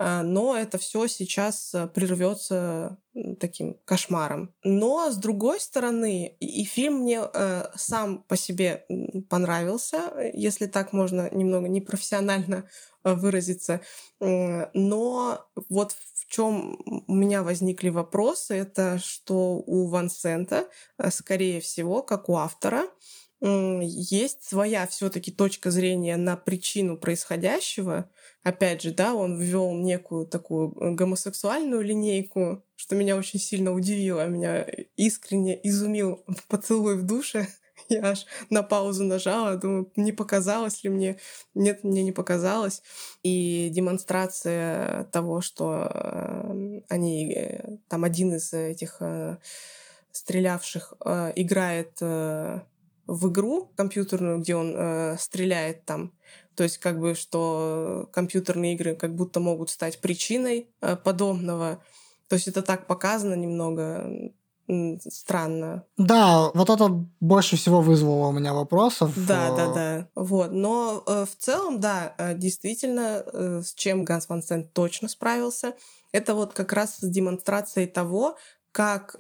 [SPEAKER 3] но это все сейчас прервется таким кошмаром. Но, с другой стороны, и фильм мне сам по себе понравился, если так можно немного непрофессионально выразиться. Но вот в чем у меня возникли вопросы, это что у Ван Сента, скорее всего, как у автора, есть своя все-таки точка зрения на причину происходящего. Опять же, да, он ввел некую такую гомосексуальную линейку, что меня очень сильно удивило, меня искренне изумил поцелуй в душе. Я аж на паузу нажала, думаю, не показалось ли мне? Нет, мне не показалось. И демонстрация того, что они, там один из этих стрелявших играет в игру компьютерную, где он стреляет там. То есть как бы, что компьютерные игры как будто могут стать причиной подобного. То есть это так показано немного странно.
[SPEAKER 2] Да, вот это больше всего вызвало у меня вопросов.
[SPEAKER 3] Да. Вот. Но в целом, да, действительно, с чем Ганс Ван Сент точно справился, это вот как раз с демонстрацией того, как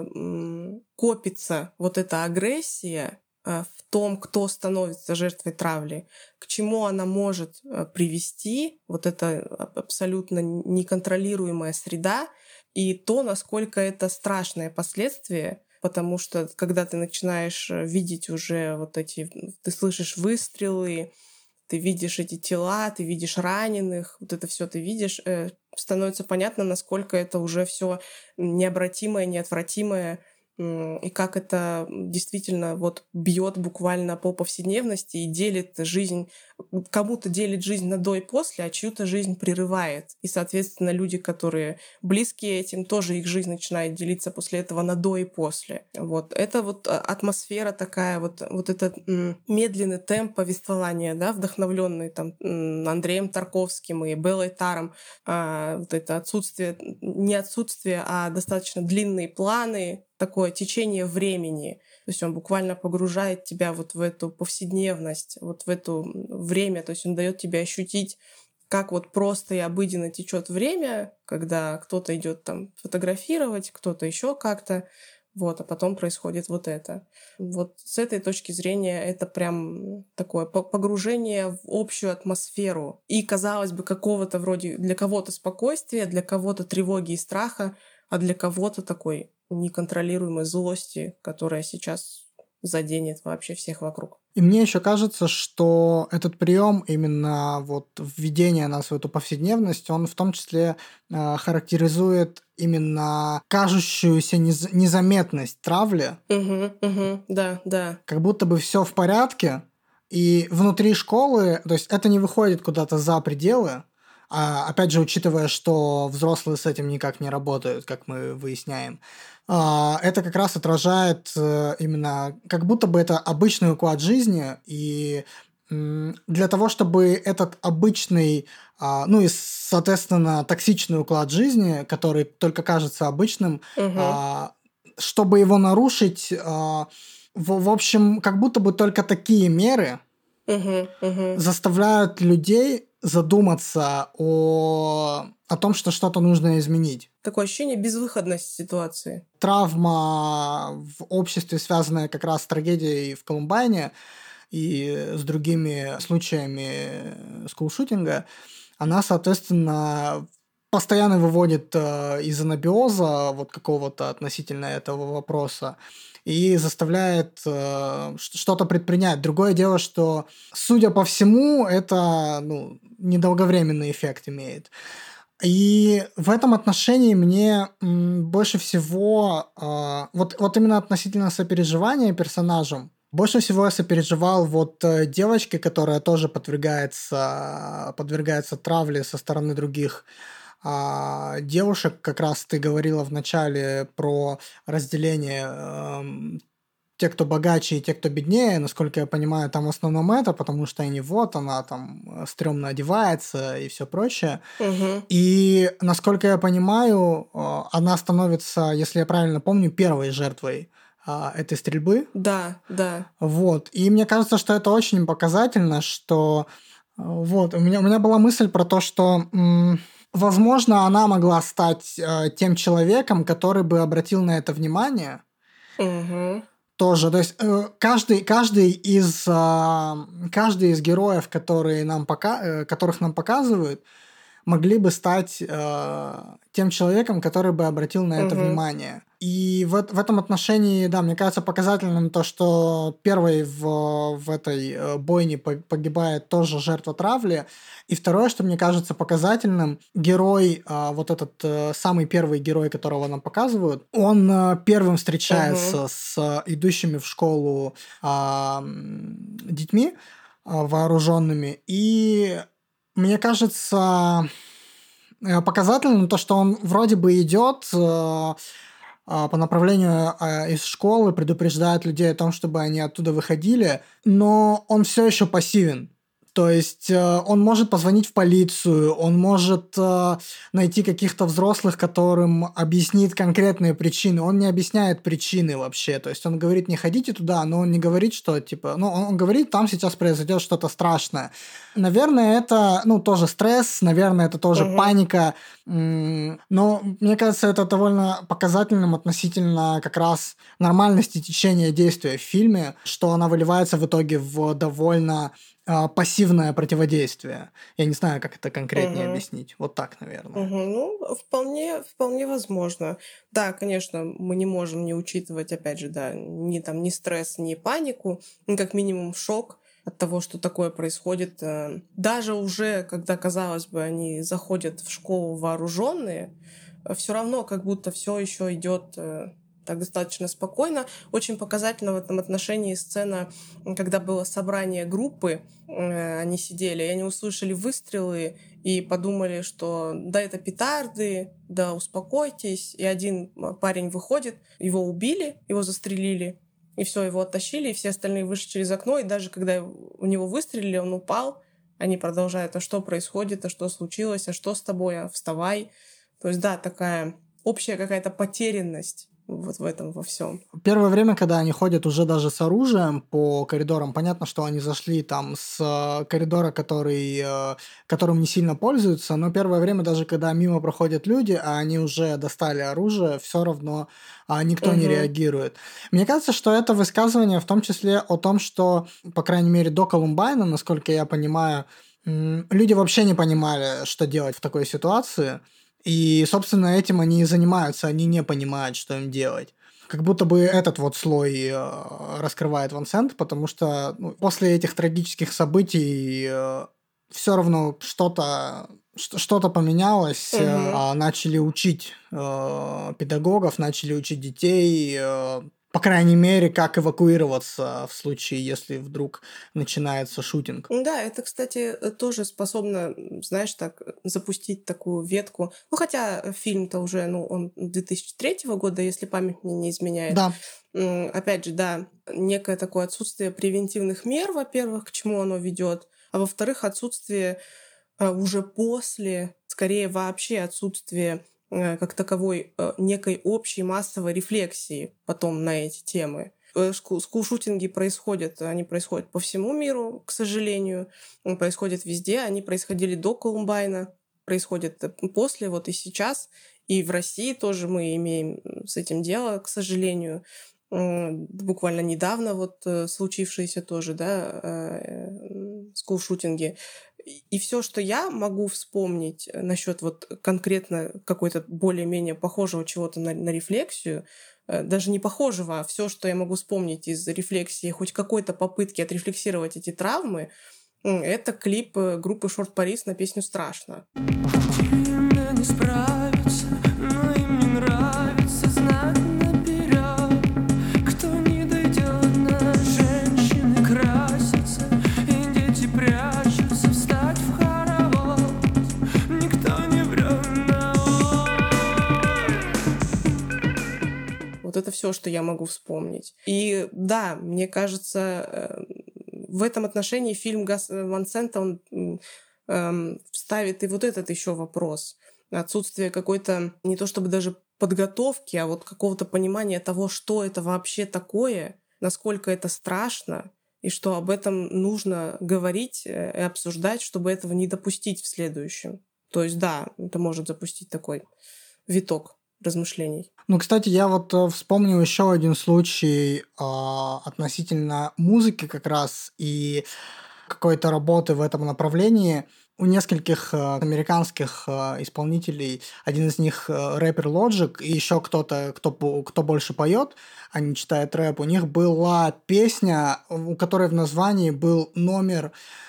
[SPEAKER 3] копится вот эта агрессия в том, кто становится жертвой травли, к чему она может привести, вот эта абсолютно неконтролируемая среда, и то, насколько это страшное последствие, потому что когда ты начинаешь видеть уже вот эти, ты слышишь выстрелы, ты видишь эти тела, ты видишь раненых, вот это все ты видишь, становится понятно, насколько это уже все необратимое, неотвратимое, и как это действительно вот бьет буквально по повседневности и делит жизнь, кому-то делит жизнь на до и после, а чью-то жизнь прерывает. И, соответственно, люди, которые близкие этим, тоже их жизнь начинает делиться после этого на до и после. Вот. Это вот атмосфера такая, вот этот медленный темп повествования, да, вдохновленный там Андреем Тарковским и Беллой Таром, вот это отсутствие, не отсутствие, а достаточно длинные планы, такое течение времени. То есть он буквально погружает тебя вот в эту повседневность, вот в это время. То есть он дает тебе ощутить, как вот просто и обыденно течет время, когда кто-то идет там фотографировать, кто-то еще как-то. Вот, а потом происходит вот это. Вот с этой точки зрения это прям такое погружение в общую атмосферу. И, казалось бы, какого-то вроде для кого-то спокойствия, для кого-то тревоги и страха, а для кого-то такой неконтролируемой злости, которая сейчас заденет вообще всех вокруг.
[SPEAKER 2] И мне еще кажется, что этот прием именно вот введение нас в эту повседневность, он в том числе характеризует именно кажущуюся незаметность травли.
[SPEAKER 3] Да.
[SPEAKER 2] Как будто бы все в порядке, и внутри школы, то есть это не выходит куда-то за пределы, опять же, учитывая, что взрослые с этим никак не работают, как мы выясняем, это как раз отражает именно, как будто бы это обычный уклад жизни, и для того, чтобы этот обычный, ну и, соответственно, токсичный уклад жизни, который только кажется обычным, чтобы его нарушить, в общем, как будто бы только такие меры заставляют людей задуматься о том, что что-то нужно изменить.
[SPEAKER 3] Такое ощущение безвыходности ситуации.
[SPEAKER 2] Травма в обществе, связанная как раз с трагедией в Колумбайне и с другими случаями скулшутинга, она, соответственно, постоянно выводит из анабиоза вот какого-то относительно этого вопроса и заставляет что-то предпринять. Другое дело, что, судя по всему, это недолговременный эффект имеет. И в этом отношении мне больше всего, вот именно относительно сопереживания персонажам, больше всего я сопереживал вот девочке, которая тоже подвергается травле со стороны других девушек. Как раз ты говорила в начале про разделение те, кто богаче, и те, кто беднее. Насколько я понимаю, там в основном это, потому что она там стрёмно одевается и все прочее. И, насколько я понимаю, она становится, если я правильно помню, первой жертвой этой стрельбы.
[SPEAKER 3] Да.
[SPEAKER 2] Вот. И мне кажется, что это очень показательно, что вот, у меня была мысль про то, что возможно, она могла стать тем человеком, который бы обратил на это внимание. Тоже, то есть каждый из героев, которых нам показывают, могли бы стать тем человеком, который бы обратил на это внимание. И в этом отношении, да, мне кажется показательным то, что первой в этой бойне погибает тоже жертва травли. И второе, что мне кажется показательным, герой, вот этот самый первый герой, которого нам показывают, он первым встречается с идущими в школу детьми вооруженными. И мне кажется показательным то, что он вроде бы идет по направлению из школы, предупреждает людей о том, чтобы они оттуда выходили, но он все еще пассивен. То есть он может позвонить в полицию, он может найти каких-то взрослых, которым объяснит конкретные причины. Он не объясняет причины вообще. То есть он говорит, не ходите туда, но он не говорит, что типа... Ну, он говорит, там сейчас произойдет что-то страшное. Наверное, это, тоже стресс, наверное, это тоже паника. Но мне кажется, это довольно показательным относительно как раз нормальности течения действия в фильме, что она выливается в итоге в довольно пассивное противодействие. Я не знаю, как это конкретнее объяснить. Вот так, наверное.
[SPEAKER 3] Ну, вполне возможно. Да, конечно, мы не можем не учитывать, опять же, да, ни стресс, ни панику, как минимум шок от того, что такое происходит. Даже уже, когда, казалось бы, они заходят в школу вооруженные, все равно как будто все еще идет так достаточно спокойно. Очень показательна в этом отношении сцена, когда было собрание группы, они сидели, и они услышали выстрелы и подумали, что да, это петарды, да, успокойтесь. И один парень выходит, его убили, его застрелили, и все, его оттащили, и все остальные вышли через окно, и даже когда у него выстрелили, он упал, они продолжают: а что происходит, а что случилось, а что с тобой, а вставай. То есть, да, такая общая какая-то потерянность вот в этом во всем.
[SPEAKER 2] Первое время, когда они ходят уже даже с оружием по коридорам, понятно, что они зашли там с коридора, которым не сильно пользуются, но первое время, даже когда мимо проходят люди, а они уже достали оружие, все равно никто не реагирует. Мне кажется, что это высказывание в том числе о том, что, по крайней мере, до Колумбайна, насколько я понимаю, люди вообще не понимали, что делать в такой ситуации. И, собственно, этим они и занимаются, они не понимают, что им делать. Как будто бы этот вот слой раскрывает Ван Сент, потому что после этих трагических событий все равно что-то поменялось, начали учить педагогов, начали учить детей, по крайней мере, как эвакуироваться в случае, если вдруг начинается шутинг.
[SPEAKER 3] Да, это, кстати, тоже способно, знаешь, так запустить такую ветку. Ну, хотя фильм-то уже, он 2003 года, если память мне не изменяет.
[SPEAKER 2] Да.
[SPEAKER 3] Опять же, да, некое такое отсутствие превентивных мер, во-первых, к чему оно ведет, а во-вторых, отсутствие уже после, скорее вообще отсутствие как таковой некой общей массовой рефлексии потом на эти темы. Скулшутинги они происходят по всему миру, к сожалению, происходят везде, они происходили до Колумбайна, происходят после, вот и сейчас, и в России тоже мы имеем с этим дело, к сожалению. Буквально недавно вот случившиеся тоже, да, скулшутинги. И все, что я могу вспомнить насчет вот конкретно какой-то более-менее похожего чего-то на рефлексию, даже не похожего, а все, что я могу вспомнить из рефлексии, хоть какой-то попытки отрефлексировать эти травмы, это клип группы Short Paris на песню «Страшно». Вот это все, что я могу вспомнить. И да, мне кажется, в этом отношении фильм Ван Сента, он ставит и вот этот еще вопрос. Отсутствие какой-то, не то чтобы даже подготовки, а вот какого-то понимания того, что это вообще такое, насколько это страшно, и что об этом нужно говорить и обсуждать, чтобы этого не допустить в следующем. То есть да, это может запустить такой виток размышлений.
[SPEAKER 2] Кстати, я вот вспомнил еще один случай относительно музыки как раз и какой-то работы в этом направлении. У нескольких американских исполнителей, один из них рэпер Logic, и еще кто-то, кто больше поет, а не читает рэп, у них была песня, у которой в названии был номер,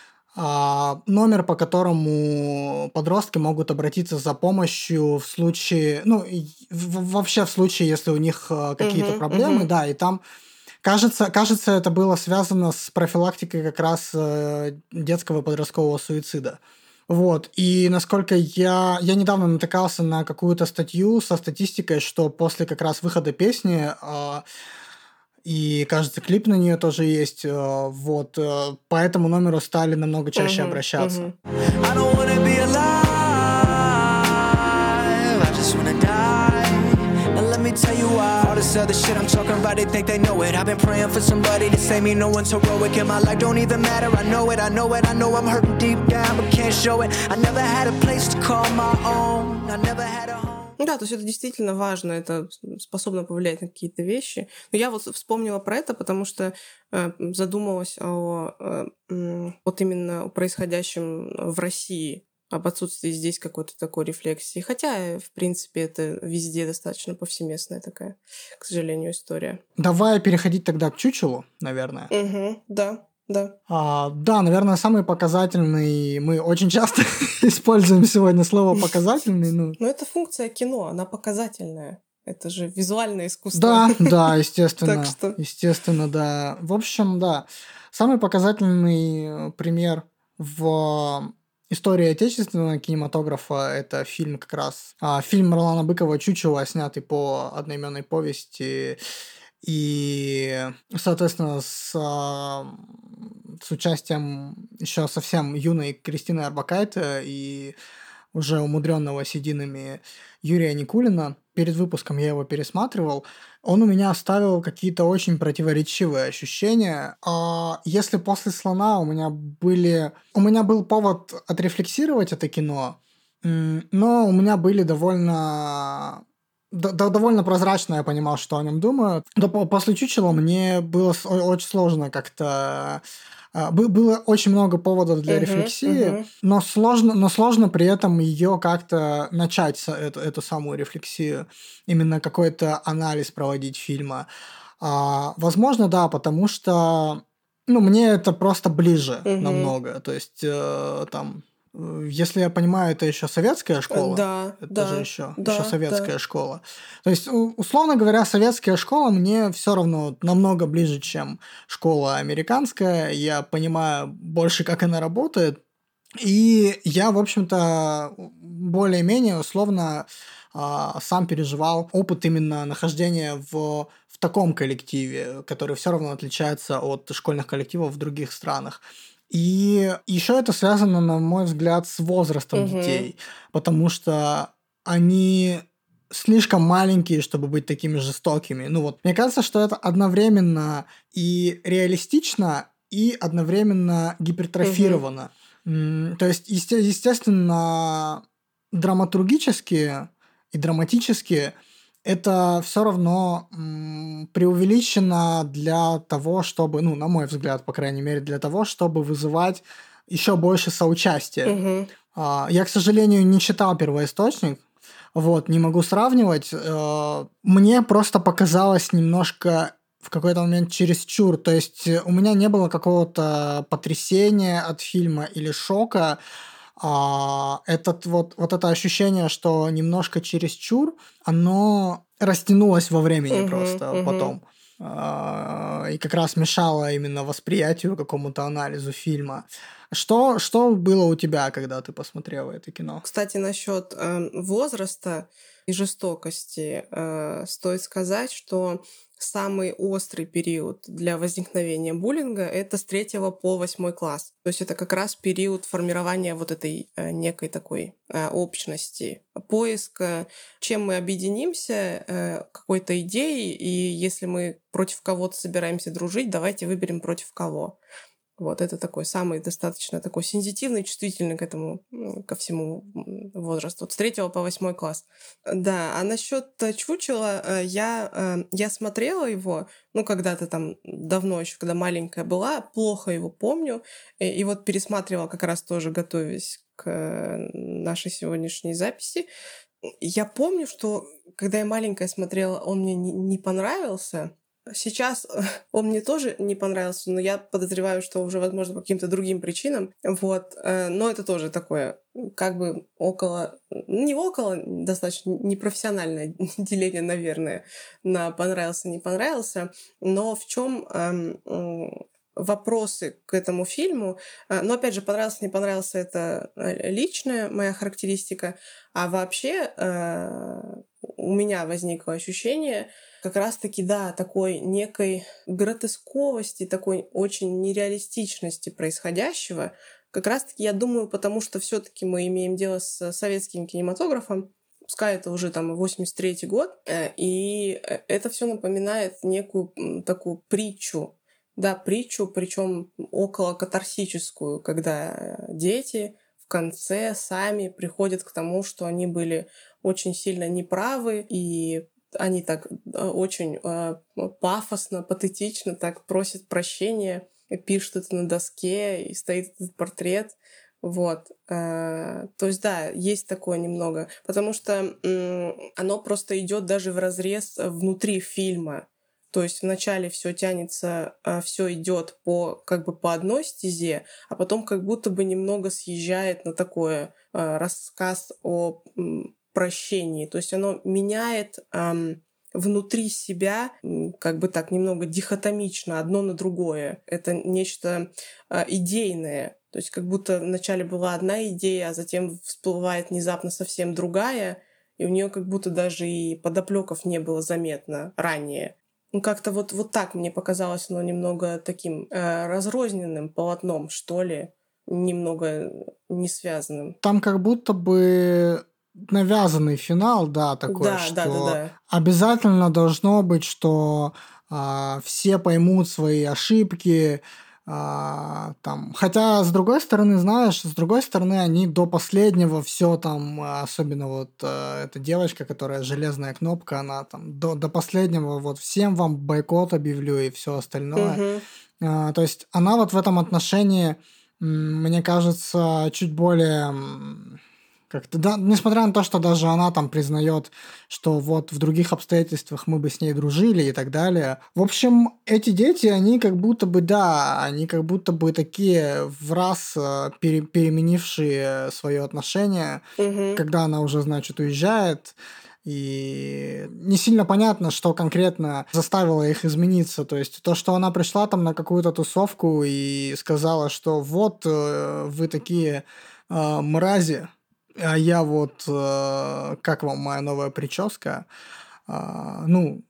[SPEAKER 2] по которому подростки могут обратиться за помощью в случае, вообще в случае, если у них какие-то проблемы, да, и там, кажется, это было связано с профилактикой как раз детского и подросткового суицида. Вот, и насколько я недавно натыкался на какую-то статью со статистикой, что после как раз выхода песни и, кажется, клип на нее тоже есть. Вот. По этому номеру стали намного чаще обращаться. Tell you why all this other shit I'm talking about, they think they know it. I've been praying for somebody to save me. No one's heroic in my life, don't even matter. I know it, I know it, I know I'm hurting deep down, but can't show it. I never had a place to call my own. I never had a home.
[SPEAKER 3] Да, то есть это действительно важно, это способно повлиять на какие-то вещи. Но я вот вспомнила про это, потому что задумалась вот именно о происходящем в России, об отсутствии здесь какой-то такой рефлексии. Хотя, в принципе, это везде достаточно повсеместная такая, к сожалению, история.
[SPEAKER 2] Давай переходить тогда к чучелу, наверное.
[SPEAKER 3] Да.
[SPEAKER 2] Да, наверное, самый показательный... Мы очень часто используем сегодня слово «показательный».
[SPEAKER 3] Но это функция кино, она показательная. Это же визуальное искусство.
[SPEAKER 2] Да, естественно.
[SPEAKER 3] Так что...
[SPEAKER 2] Естественно, да. В общем, да. Самый показательный пример в истории отечественного кинематографа — это фильм как раз... фильм Ролана Быкова «Чучело», снятый по одноименной повести. И, соответственно, с участием еще совсем юной Кристины Орбакайте и уже умудренного сединами Юрия Никулина. Перед выпуском я его пересматривал. Он у меня оставил какие-то очень противоречивые ощущения. Если после «Слона» у меня был повод отрефлексировать это кино, но у меня были довольно прозрачно я понимал, что о нем думаю. Но после «Чучела» мне было очень сложно как-то... Было очень много поводов для рефлексии, но сложно при этом ее как-то начать, эту самую рефлексию, именно какой-то анализ проводить фильма. Возможно, да, потому что мне это просто ближе намного. То есть там... Если я понимаю, это еще советская школа.
[SPEAKER 3] Да,
[SPEAKER 2] это же еще советская
[SPEAKER 3] да.
[SPEAKER 2] школа. То есть, условно говоря, советская школа мне все равно намного ближе, чем школа американская. Я понимаю больше, как она работает. И я, в общем-то, более-менее условно сам переживал опыт именно нахождения в таком коллективе, который все равно отличается от школьных коллективов в других странах. И еще это связано, на мой взгляд, с возрастом детей, потому что они слишком маленькие, чтобы быть такими жестокими. Мне кажется, что это одновременно и реалистично, и одновременно гипертрофировано. То есть, естественно, драматургически и драматически это все равно преувеличено для того, чтобы, на мой взгляд, по крайней мере, для того, чтобы вызывать еще больше соучастия. Я, к сожалению, не читал первоисточник, не могу сравнивать. Мне просто показалось немножко в какой-то момент чересчур. То есть у меня не было какого-то потрясения от фильма или шока. Это ощущение, что немножко чересчур, оно растянулось во времени просто потом. И как раз мешало именно восприятию, какому-то анализу фильма. Что было у тебя, когда ты посмотрела это кино?
[SPEAKER 3] Кстати, насчет возраста и жестокости стоит сказать, что самый острый период для возникновения буллинга — это с 3 по 8 класс. То есть это как раз период формирования вот этой некой такой общности, поиска, чем мы объединимся, какой-то идеей, и если мы против кого-то собираемся дружить, давайте выберем против кого. Это такой самый достаточно такой сенситивный, чувствительный к этому, ко всему возрасту. С 3 по 8 класс. Да, а насчет «Чучела» я смотрела его, когда-то там давно еще, когда маленькая была, плохо его помню. И пересматривала как раз тоже, готовясь к нашей сегодняшней записи. Я помню, что когда я маленькая смотрела, он мне не понравился. Сейчас он мне тоже не понравился, но я подозреваю, что уже, возможно, по каким-то другим причинам. Но это тоже такое, как бы достаточно непрофессиональное деление, наверное, на понравился, не понравился. Но в чем вопросы к этому фильму? Но, опять же, понравился, не понравился — это личная моя характеристика. А вообще у меня возникло ощущение как раз-таки, да, такой некой гротесковости, такой очень нереалистичности происходящего. Как раз-таки, я думаю, потому что все-таки мы имеем дело с советским кинематографом, пускай это уже там 83-й год, и это все напоминает некую такую притчу, да, причем около катарсическую, когда дети в конце сами приходят к тому, что они были очень сильно неправы, и они так очень пафосно, патетично так просят прощения, пишут это на доске, и стоит этот портрет. То есть, да, есть такое немного. Потому что оно просто идет даже вразрез внутри фильма. То есть вначале все тянется, все идет как бы по одной стезе, а потом как будто бы немного съезжает на такое рассказ о прощении. То есть оно меняет внутри себя, как бы так, немного дихотомично, одно на другое. Это нечто идейное. То есть как будто вначале была одна идея, а затем всплывает внезапно совсем другая, и у нее как будто даже и подоплеков не было заметно ранее. Ну, как-то вот так мне показалось оно немного таким разрозненным полотном, что ли, немного не связанным.
[SPEAKER 2] Там как будто бы навязанный финал, да, такой,
[SPEAKER 3] Да, да, да,
[SPEAKER 2] что
[SPEAKER 3] да.
[SPEAKER 2] обязательно должно быть, что все поймут свои ошибки, там. Хотя, с другой стороны, знаешь, с другой стороны, они до последнего все там, особенно вот эта девочка, которая железная кнопка, она там до последнего вот всем вам бойкот объявлю и все остальное.
[SPEAKER 3] Мгм.
[SPEAKER 2] То есть она вот в этом отношении, мне кажется, чуть более как-то, да, несмотря на то, что даже она там признает, что вот в других обстоятельствах мы бы с ней дружили и так далее. В общем, эти дети, они как будто бы, да, они как будто бы такие в раз переменившие свое отношение,
[SPEAKER 3] Мгм.
[SPEAKER 2] когда она уже, значит, уезжает. И не сильно понятно, что конкретно заставило их измениться. То есть то, что она пришла там на какую-то тусовку и сказала, что вот вы такие мрази, а я вот как вам моя новая прическа, ну,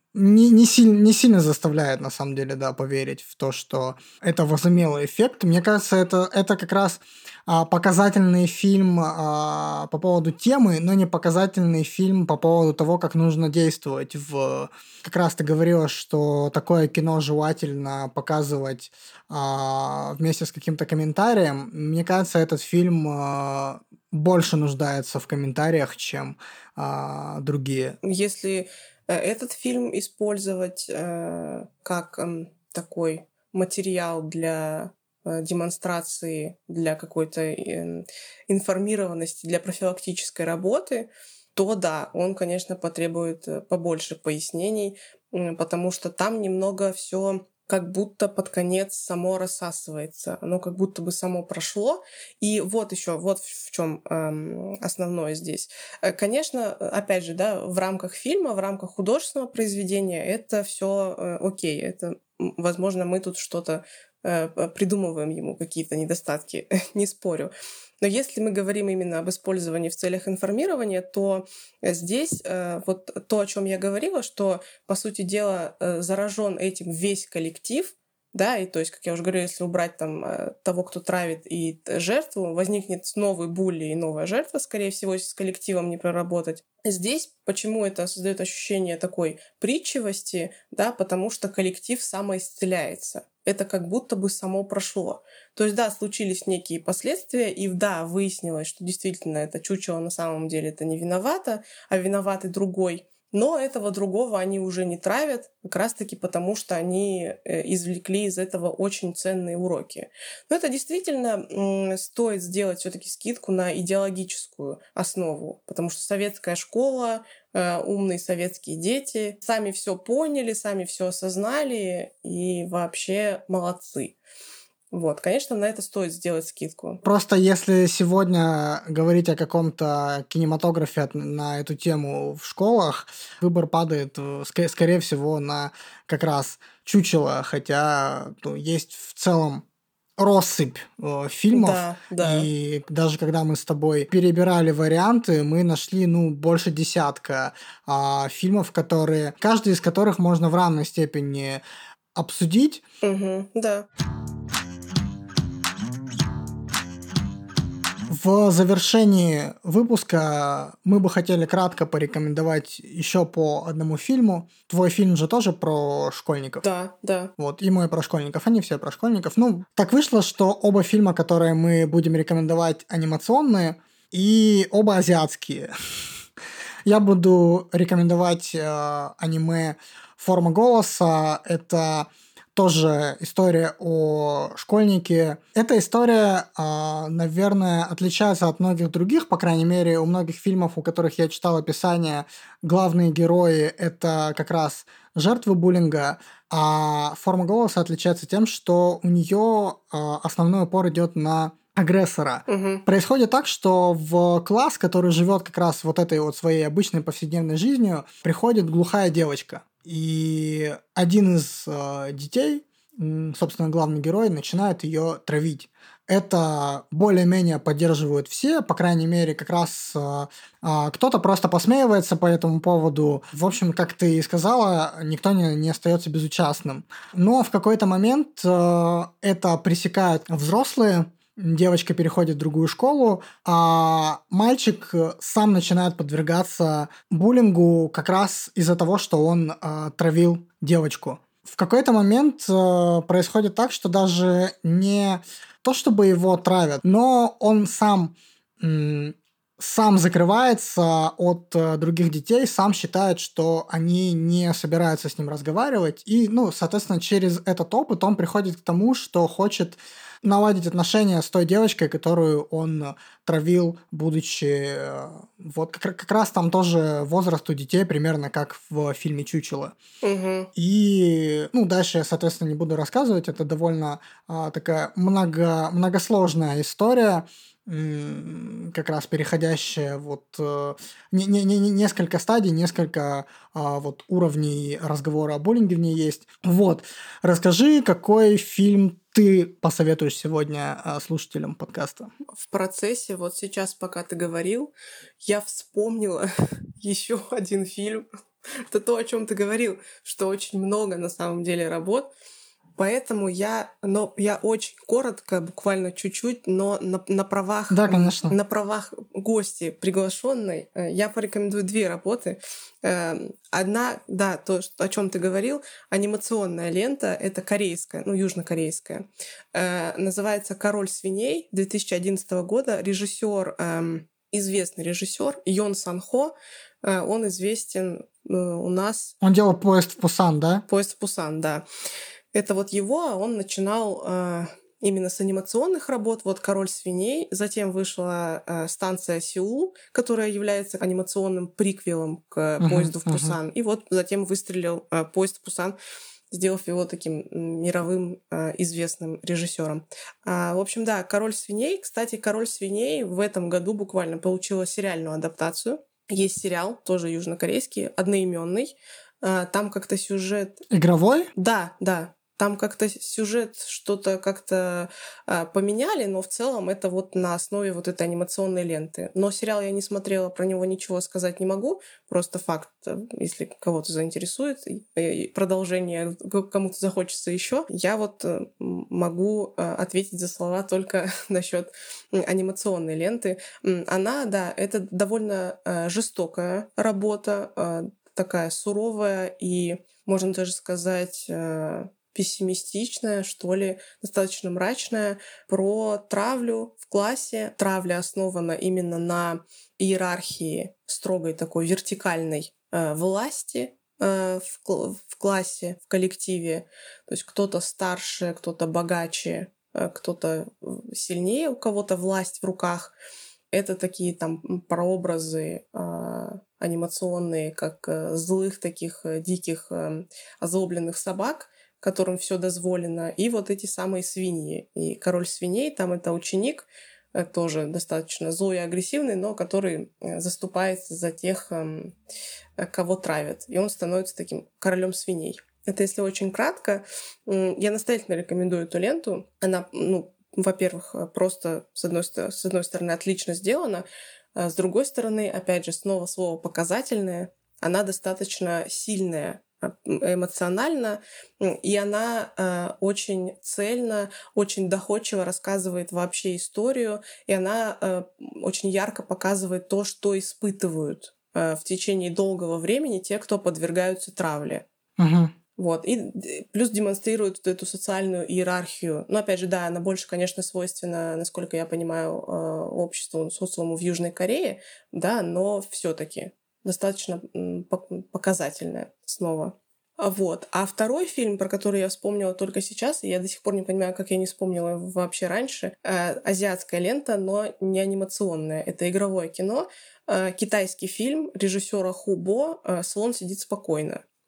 [SPEAKER 2] не сильно заставляет, на самом деле, да, поверить в то, что это возымело эффект. Мне кажется, это как раз показательный фильм по поводу темы, но не показательный фильм по поводу того, как нужно действовать. Как раз ты говорила, что такое кино желательно показывать вместе с каким-то комментарием. Мне кажется, этот фильм больше нуждается в комментариях, чем другие.
[SPEAKER 3] Если этот фильм использовать как такой материал для демонстрации, для какой-то информированности, для профилактической работы, то да, он, конечно, потребует побольше пояснений, потому что там немного все как будто под конец само рассасывается, оно как будто бы само прошло. И вот еще, вот в чем основное здесь. Конечно, опять же, да, в рамках фильма, в рамках художественного произведения это все окей. Это, возможно, мы тут что-то придумываем ему какие-то недостатки, не спорю. Но если мы говорим именно об использовании в целях информирования, то здесь вот то, о чем я говорила, что, по сути дела, заражен этим весь коллектив, да, и то есть, как я уже говорила, если убрать там того, кто травит, и жертву, возникнет новый булли и новая жертва, скорее всего, если с коллективом не проработать. Здесь почему это создает ощущение такой притчивости, да, потому что коллектив самоисцеляется. Это как будто бы само прошло. То есть, да, случились некие последствия, и да, выяснилось, что действительно это чучело на самом деле это не виновато, а виноватый другой. Но этого другого они уже не травят, как раз-таки потому, что они извлекли из этого очень ценные уроки. Но это действительно стоит сделать все-таки скидку на идеологическую основу, потому что советская школа, умные советские дети сами все поняли, сами все осознали и вообще молодцы. Вот, конечно, на это стоит сделать скидку.
[SPEAKER 2] Просто если сегодня говорить о каком-то кинематографе на эту тему в школах, выбор падает, скорее всего, на как раз чучело, хотя есть в целом россыпь фильмов,
[SPEAKER 3] Да, да.
[SPEAKER 2] и даже когда мы с тобой перебирали варианты, мы нашли, больше десятка фильмов, каждый из которых можно в равной степени обсудить.
[SPEAKER 3] Да.
[SPEAKER 2] В завершении выпуска мы бы хотели кратко порекомендовать еще по одному фильму. Твой фильм же тоже про школьников.
[SPEAKER 3] Да.
[SPEAKER 2] Вот, и мой про школьников. Они все про школьников. Так вышло, что оба фильма, которые мы будем рекомендовать, анимационные, и оба азиатские. Я буду рекомендовать аниме «Форма голоса». Это тоже история о школьнике. Эта история, наверное, отличается от многих других, по крайней мере, у многих фильмов, у которых я читал описание, главные герои — это как раз жертвы буллинга, а «Форма голоса» отличается тем, что у нее основной упор идет на агрессора. Происходит так, что в класс, который живет как раз вот этой вот своей обычной повседневной жизнью, приходит глухая девочка. И один из детей, собственно, главный герой, начинает ее травить. Это более-менее поддерживают все, по крайней мере, как раз кто-то просто посмеивается по этому поводу. В общем, как ты и сказала, никто не остается безучастным. Но в какой-то момент это пресекают взрослые, девочка переходит в другую школу, а мальчик сам начинает подвергаться буллингу как раз из-за того, что он травил девочку. В какой-то момент происходит так, что даже не то, чтобы его травят, но он сам закрывается от других детей, сам считает, что они не собираются с ним разговаривать. И, соответственно, через этот опыт он приходит к тому, что хочет наладить отношения с той девочкой, которую он травил, будучи... Вот как раз там тоже возраст у детей примерно как в фильме «Чучело». И, дальше я, соответственно, не буду рассказывать. Это довольно такая многосложная история, как раз переходящая несколько стадий, несколько уровней разговора о буллинге в ней есть. Вот. Расскажи, какой фильм ты посоветуешь сегодня слушателям подкаста?
[SPEAKER 3] В процессе, вот сейчас, пока ты говорил, я вспомнила еще один фильм. Это то, о чем ты говорил, что очень много на самом деле работ. Поэтому я очень коротко, буквально чуть-чуть, но на правах,
[SPEAKER 2] да, конечно.
[SPEAKER 3] На правах гости приглашенной, я порекомендую 2 работы. Одна, да, то, о чем ты говорил, анимационная лента, это корейская, южнокорейская. Называется «Король свиней» 2011 года. Режиссер, известный режиссер Йон Сан Хо. Он известен у нас...
[SPEAKER 2] Он делал «Поезд в Пусан», да?
[SPEAKER 3] «Поезд в Пусан», да. Это вот его, он начинал именно с анимационных работ, вот «Король свиней», затем вышла «Станция Сеул», которая является анимационным приквелом к «Поезду в Пусан», и вот затем выстрелил «Поезд в Пусан», сделав его таким мировым известным режиссером. В общем, да, «Король свиней». Кстати, «Король свиней» в этом году буквально получила сериальную адаптацию. Есть сериал, тоже южнокорейский, одноименный. Там как-то сюжет...
[SPEAKER 2] Игровой?
[SPEAKER 3] Да. Там как-то сюжет что-то как-то поменяли, но в целом это вот на основе вот этой анимационной ленты. Но сериал я не смотрела, про него ничего сказать не могу. Просто факт, если кого-то заинтересует, продолжение кому-то захочется еще, я вот могу ответить за слова только насчет анимационной ленты. Она, да, это довольно жестокая работа, такая суровая и, можно даже сказать, пессимистичная, что ли, достаточно мрачная, про травлю в классе. Травля основана именно на иерархии строгой такой вертикальной власти в классе, в коллективе. То есть кто-то старше, кто-то богаче, кто-то сильнее, у кого-то власть в руках. Это такие там прообразы анимационные, как злых таких диких озлобленных собак, которым все дозволено, и вот эти самые свиньи. И «Король свиней» там это ученик, тоже достаточно злой и агрессивный, но который заступается за тех, кого травят. И он становится таким королем свиней. Это если очень кратко. Я настоятельно рекомендую эту ленту. Она, во-первых, просто, с одной стороны, отлично сделана, а с другой стороны, опять же, снова слово «показательное». Она достаточно сильная эмоционально, и она очень цельно, очень доходчиво рассказывает вообще историю, и она очень ярко показывает то, что испытывают в течение долгого времени те, кто подвергаются травле. Вот. И плюс демонстрирует эту социальную иерархию. Но, опять же, да, она больше, конечно, свойственна, насколько я понимаю, обществу, социуму в Южной Корее, да, но все-таки достаточно показательная снова. Вот. А второй фильм, про который я вспомнила только сейчас, и я до сих пор не понимаю, как я не вспомнила его вообще раньше, азиатская лента, но не анимационная. Это игровое кино, китайский фильм режиссера Ху Бо «Слон сидит спокойно».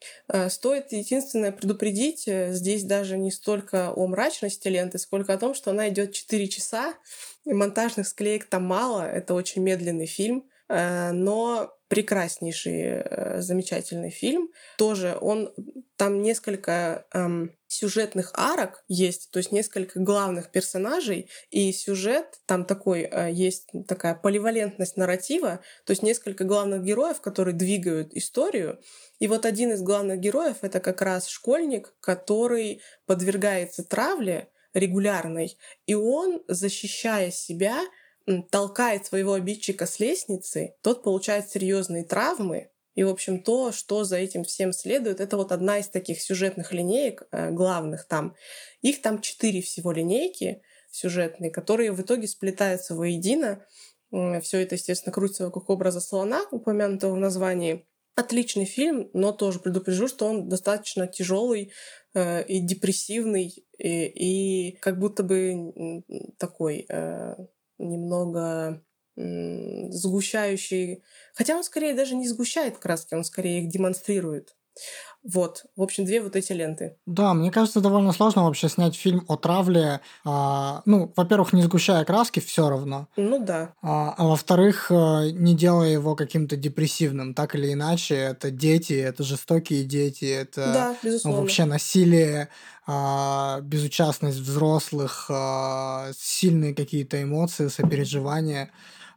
[SPEAKER 3] Стоит единственное предупредить, здесь даже не столько о мрачности ленты, сколько о том, что она идет 4 часа, и монтажных склеек там мало, это очень медленный фильм, но прекраснейший, замечательный фильм. Тоже там несколько сюжетных арок есть, то есть несколько главных персонажей, и сюжет там такой, есть такая поливалентность нарратива, то есть несколько главных героев, которые двигают историю. И вот один из главных героев — это как раз школьник, который подвергается травле регулярной, и он, защищая себя, толкает своего обидчика с лестницы, тот получает серьезные травмы. И, в общем, то, что за этим всем следует, это вот одна из таких сюжетных линеек главных там. Их там 4 всего линейки сюжетные, которые в итоге сплетаются воедино. Все это, естественно, крутится вокруг образа слона, упомянутого в названии. Отличный фильм, но тоже предупрежу, что он достаточно тяжелый и депрессивный, и как будто бы такой немного сгущающий. Хотя он скорее даже не сгущает краски, он скорее их демонстрирует. Вот, в общем, 2 вот эти ленты.
[SPEAKER 2] Да, мне кажется, довольно сложно вообще снять фильм о травле. Во-первых, не сгущая краски все равно.
[SPEAKER 3] Ну да.
[SPEAKER 2] Во-вторых, не делая его каким-то депрессивным. Так или иначе, это дети, это жестокие дети, это
[SPEAKER 3] Да, безусловно.
[SPEAKER 2] вообще насилие, безучастность взрослых, сильные какие-то эмоции, сопереживания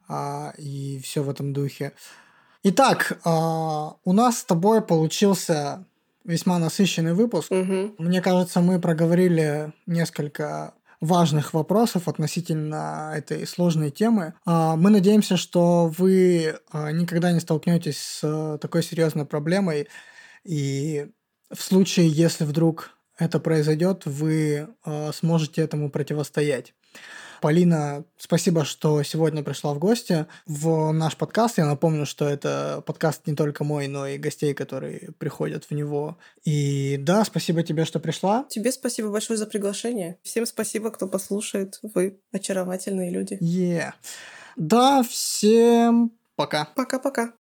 [SPEAKER 2] и все в этом духе. Итак, у нас с тобой получился весьма насыщенный выпуск.
[SPEAKER 3] Угу.
[SPEAKER 2] Мне кажется, мы проговорили несколько важных вопросов относительно этой сложной темы. Мы надеемся, что вы никогда не столкнетесь с такой серьезной проблемой, и в случае, если вдруг это произойдет, вы сможете этому противостоять. Полина, спасибо, что сегодня пришла в гости в наш подкаст. Я напомню, что это подкаст не только мой, но и гостей, которые приходят в него. И да, спасибо тебе, что пришла.
[SPEAKER 3] Тебе спасибо большое за приглашение. Всем спасибо, кто послушает. Вы очаровательные люди.
[SPEAKER 2] Да, всем пока.
[SPEAKER 3] Пока-пока.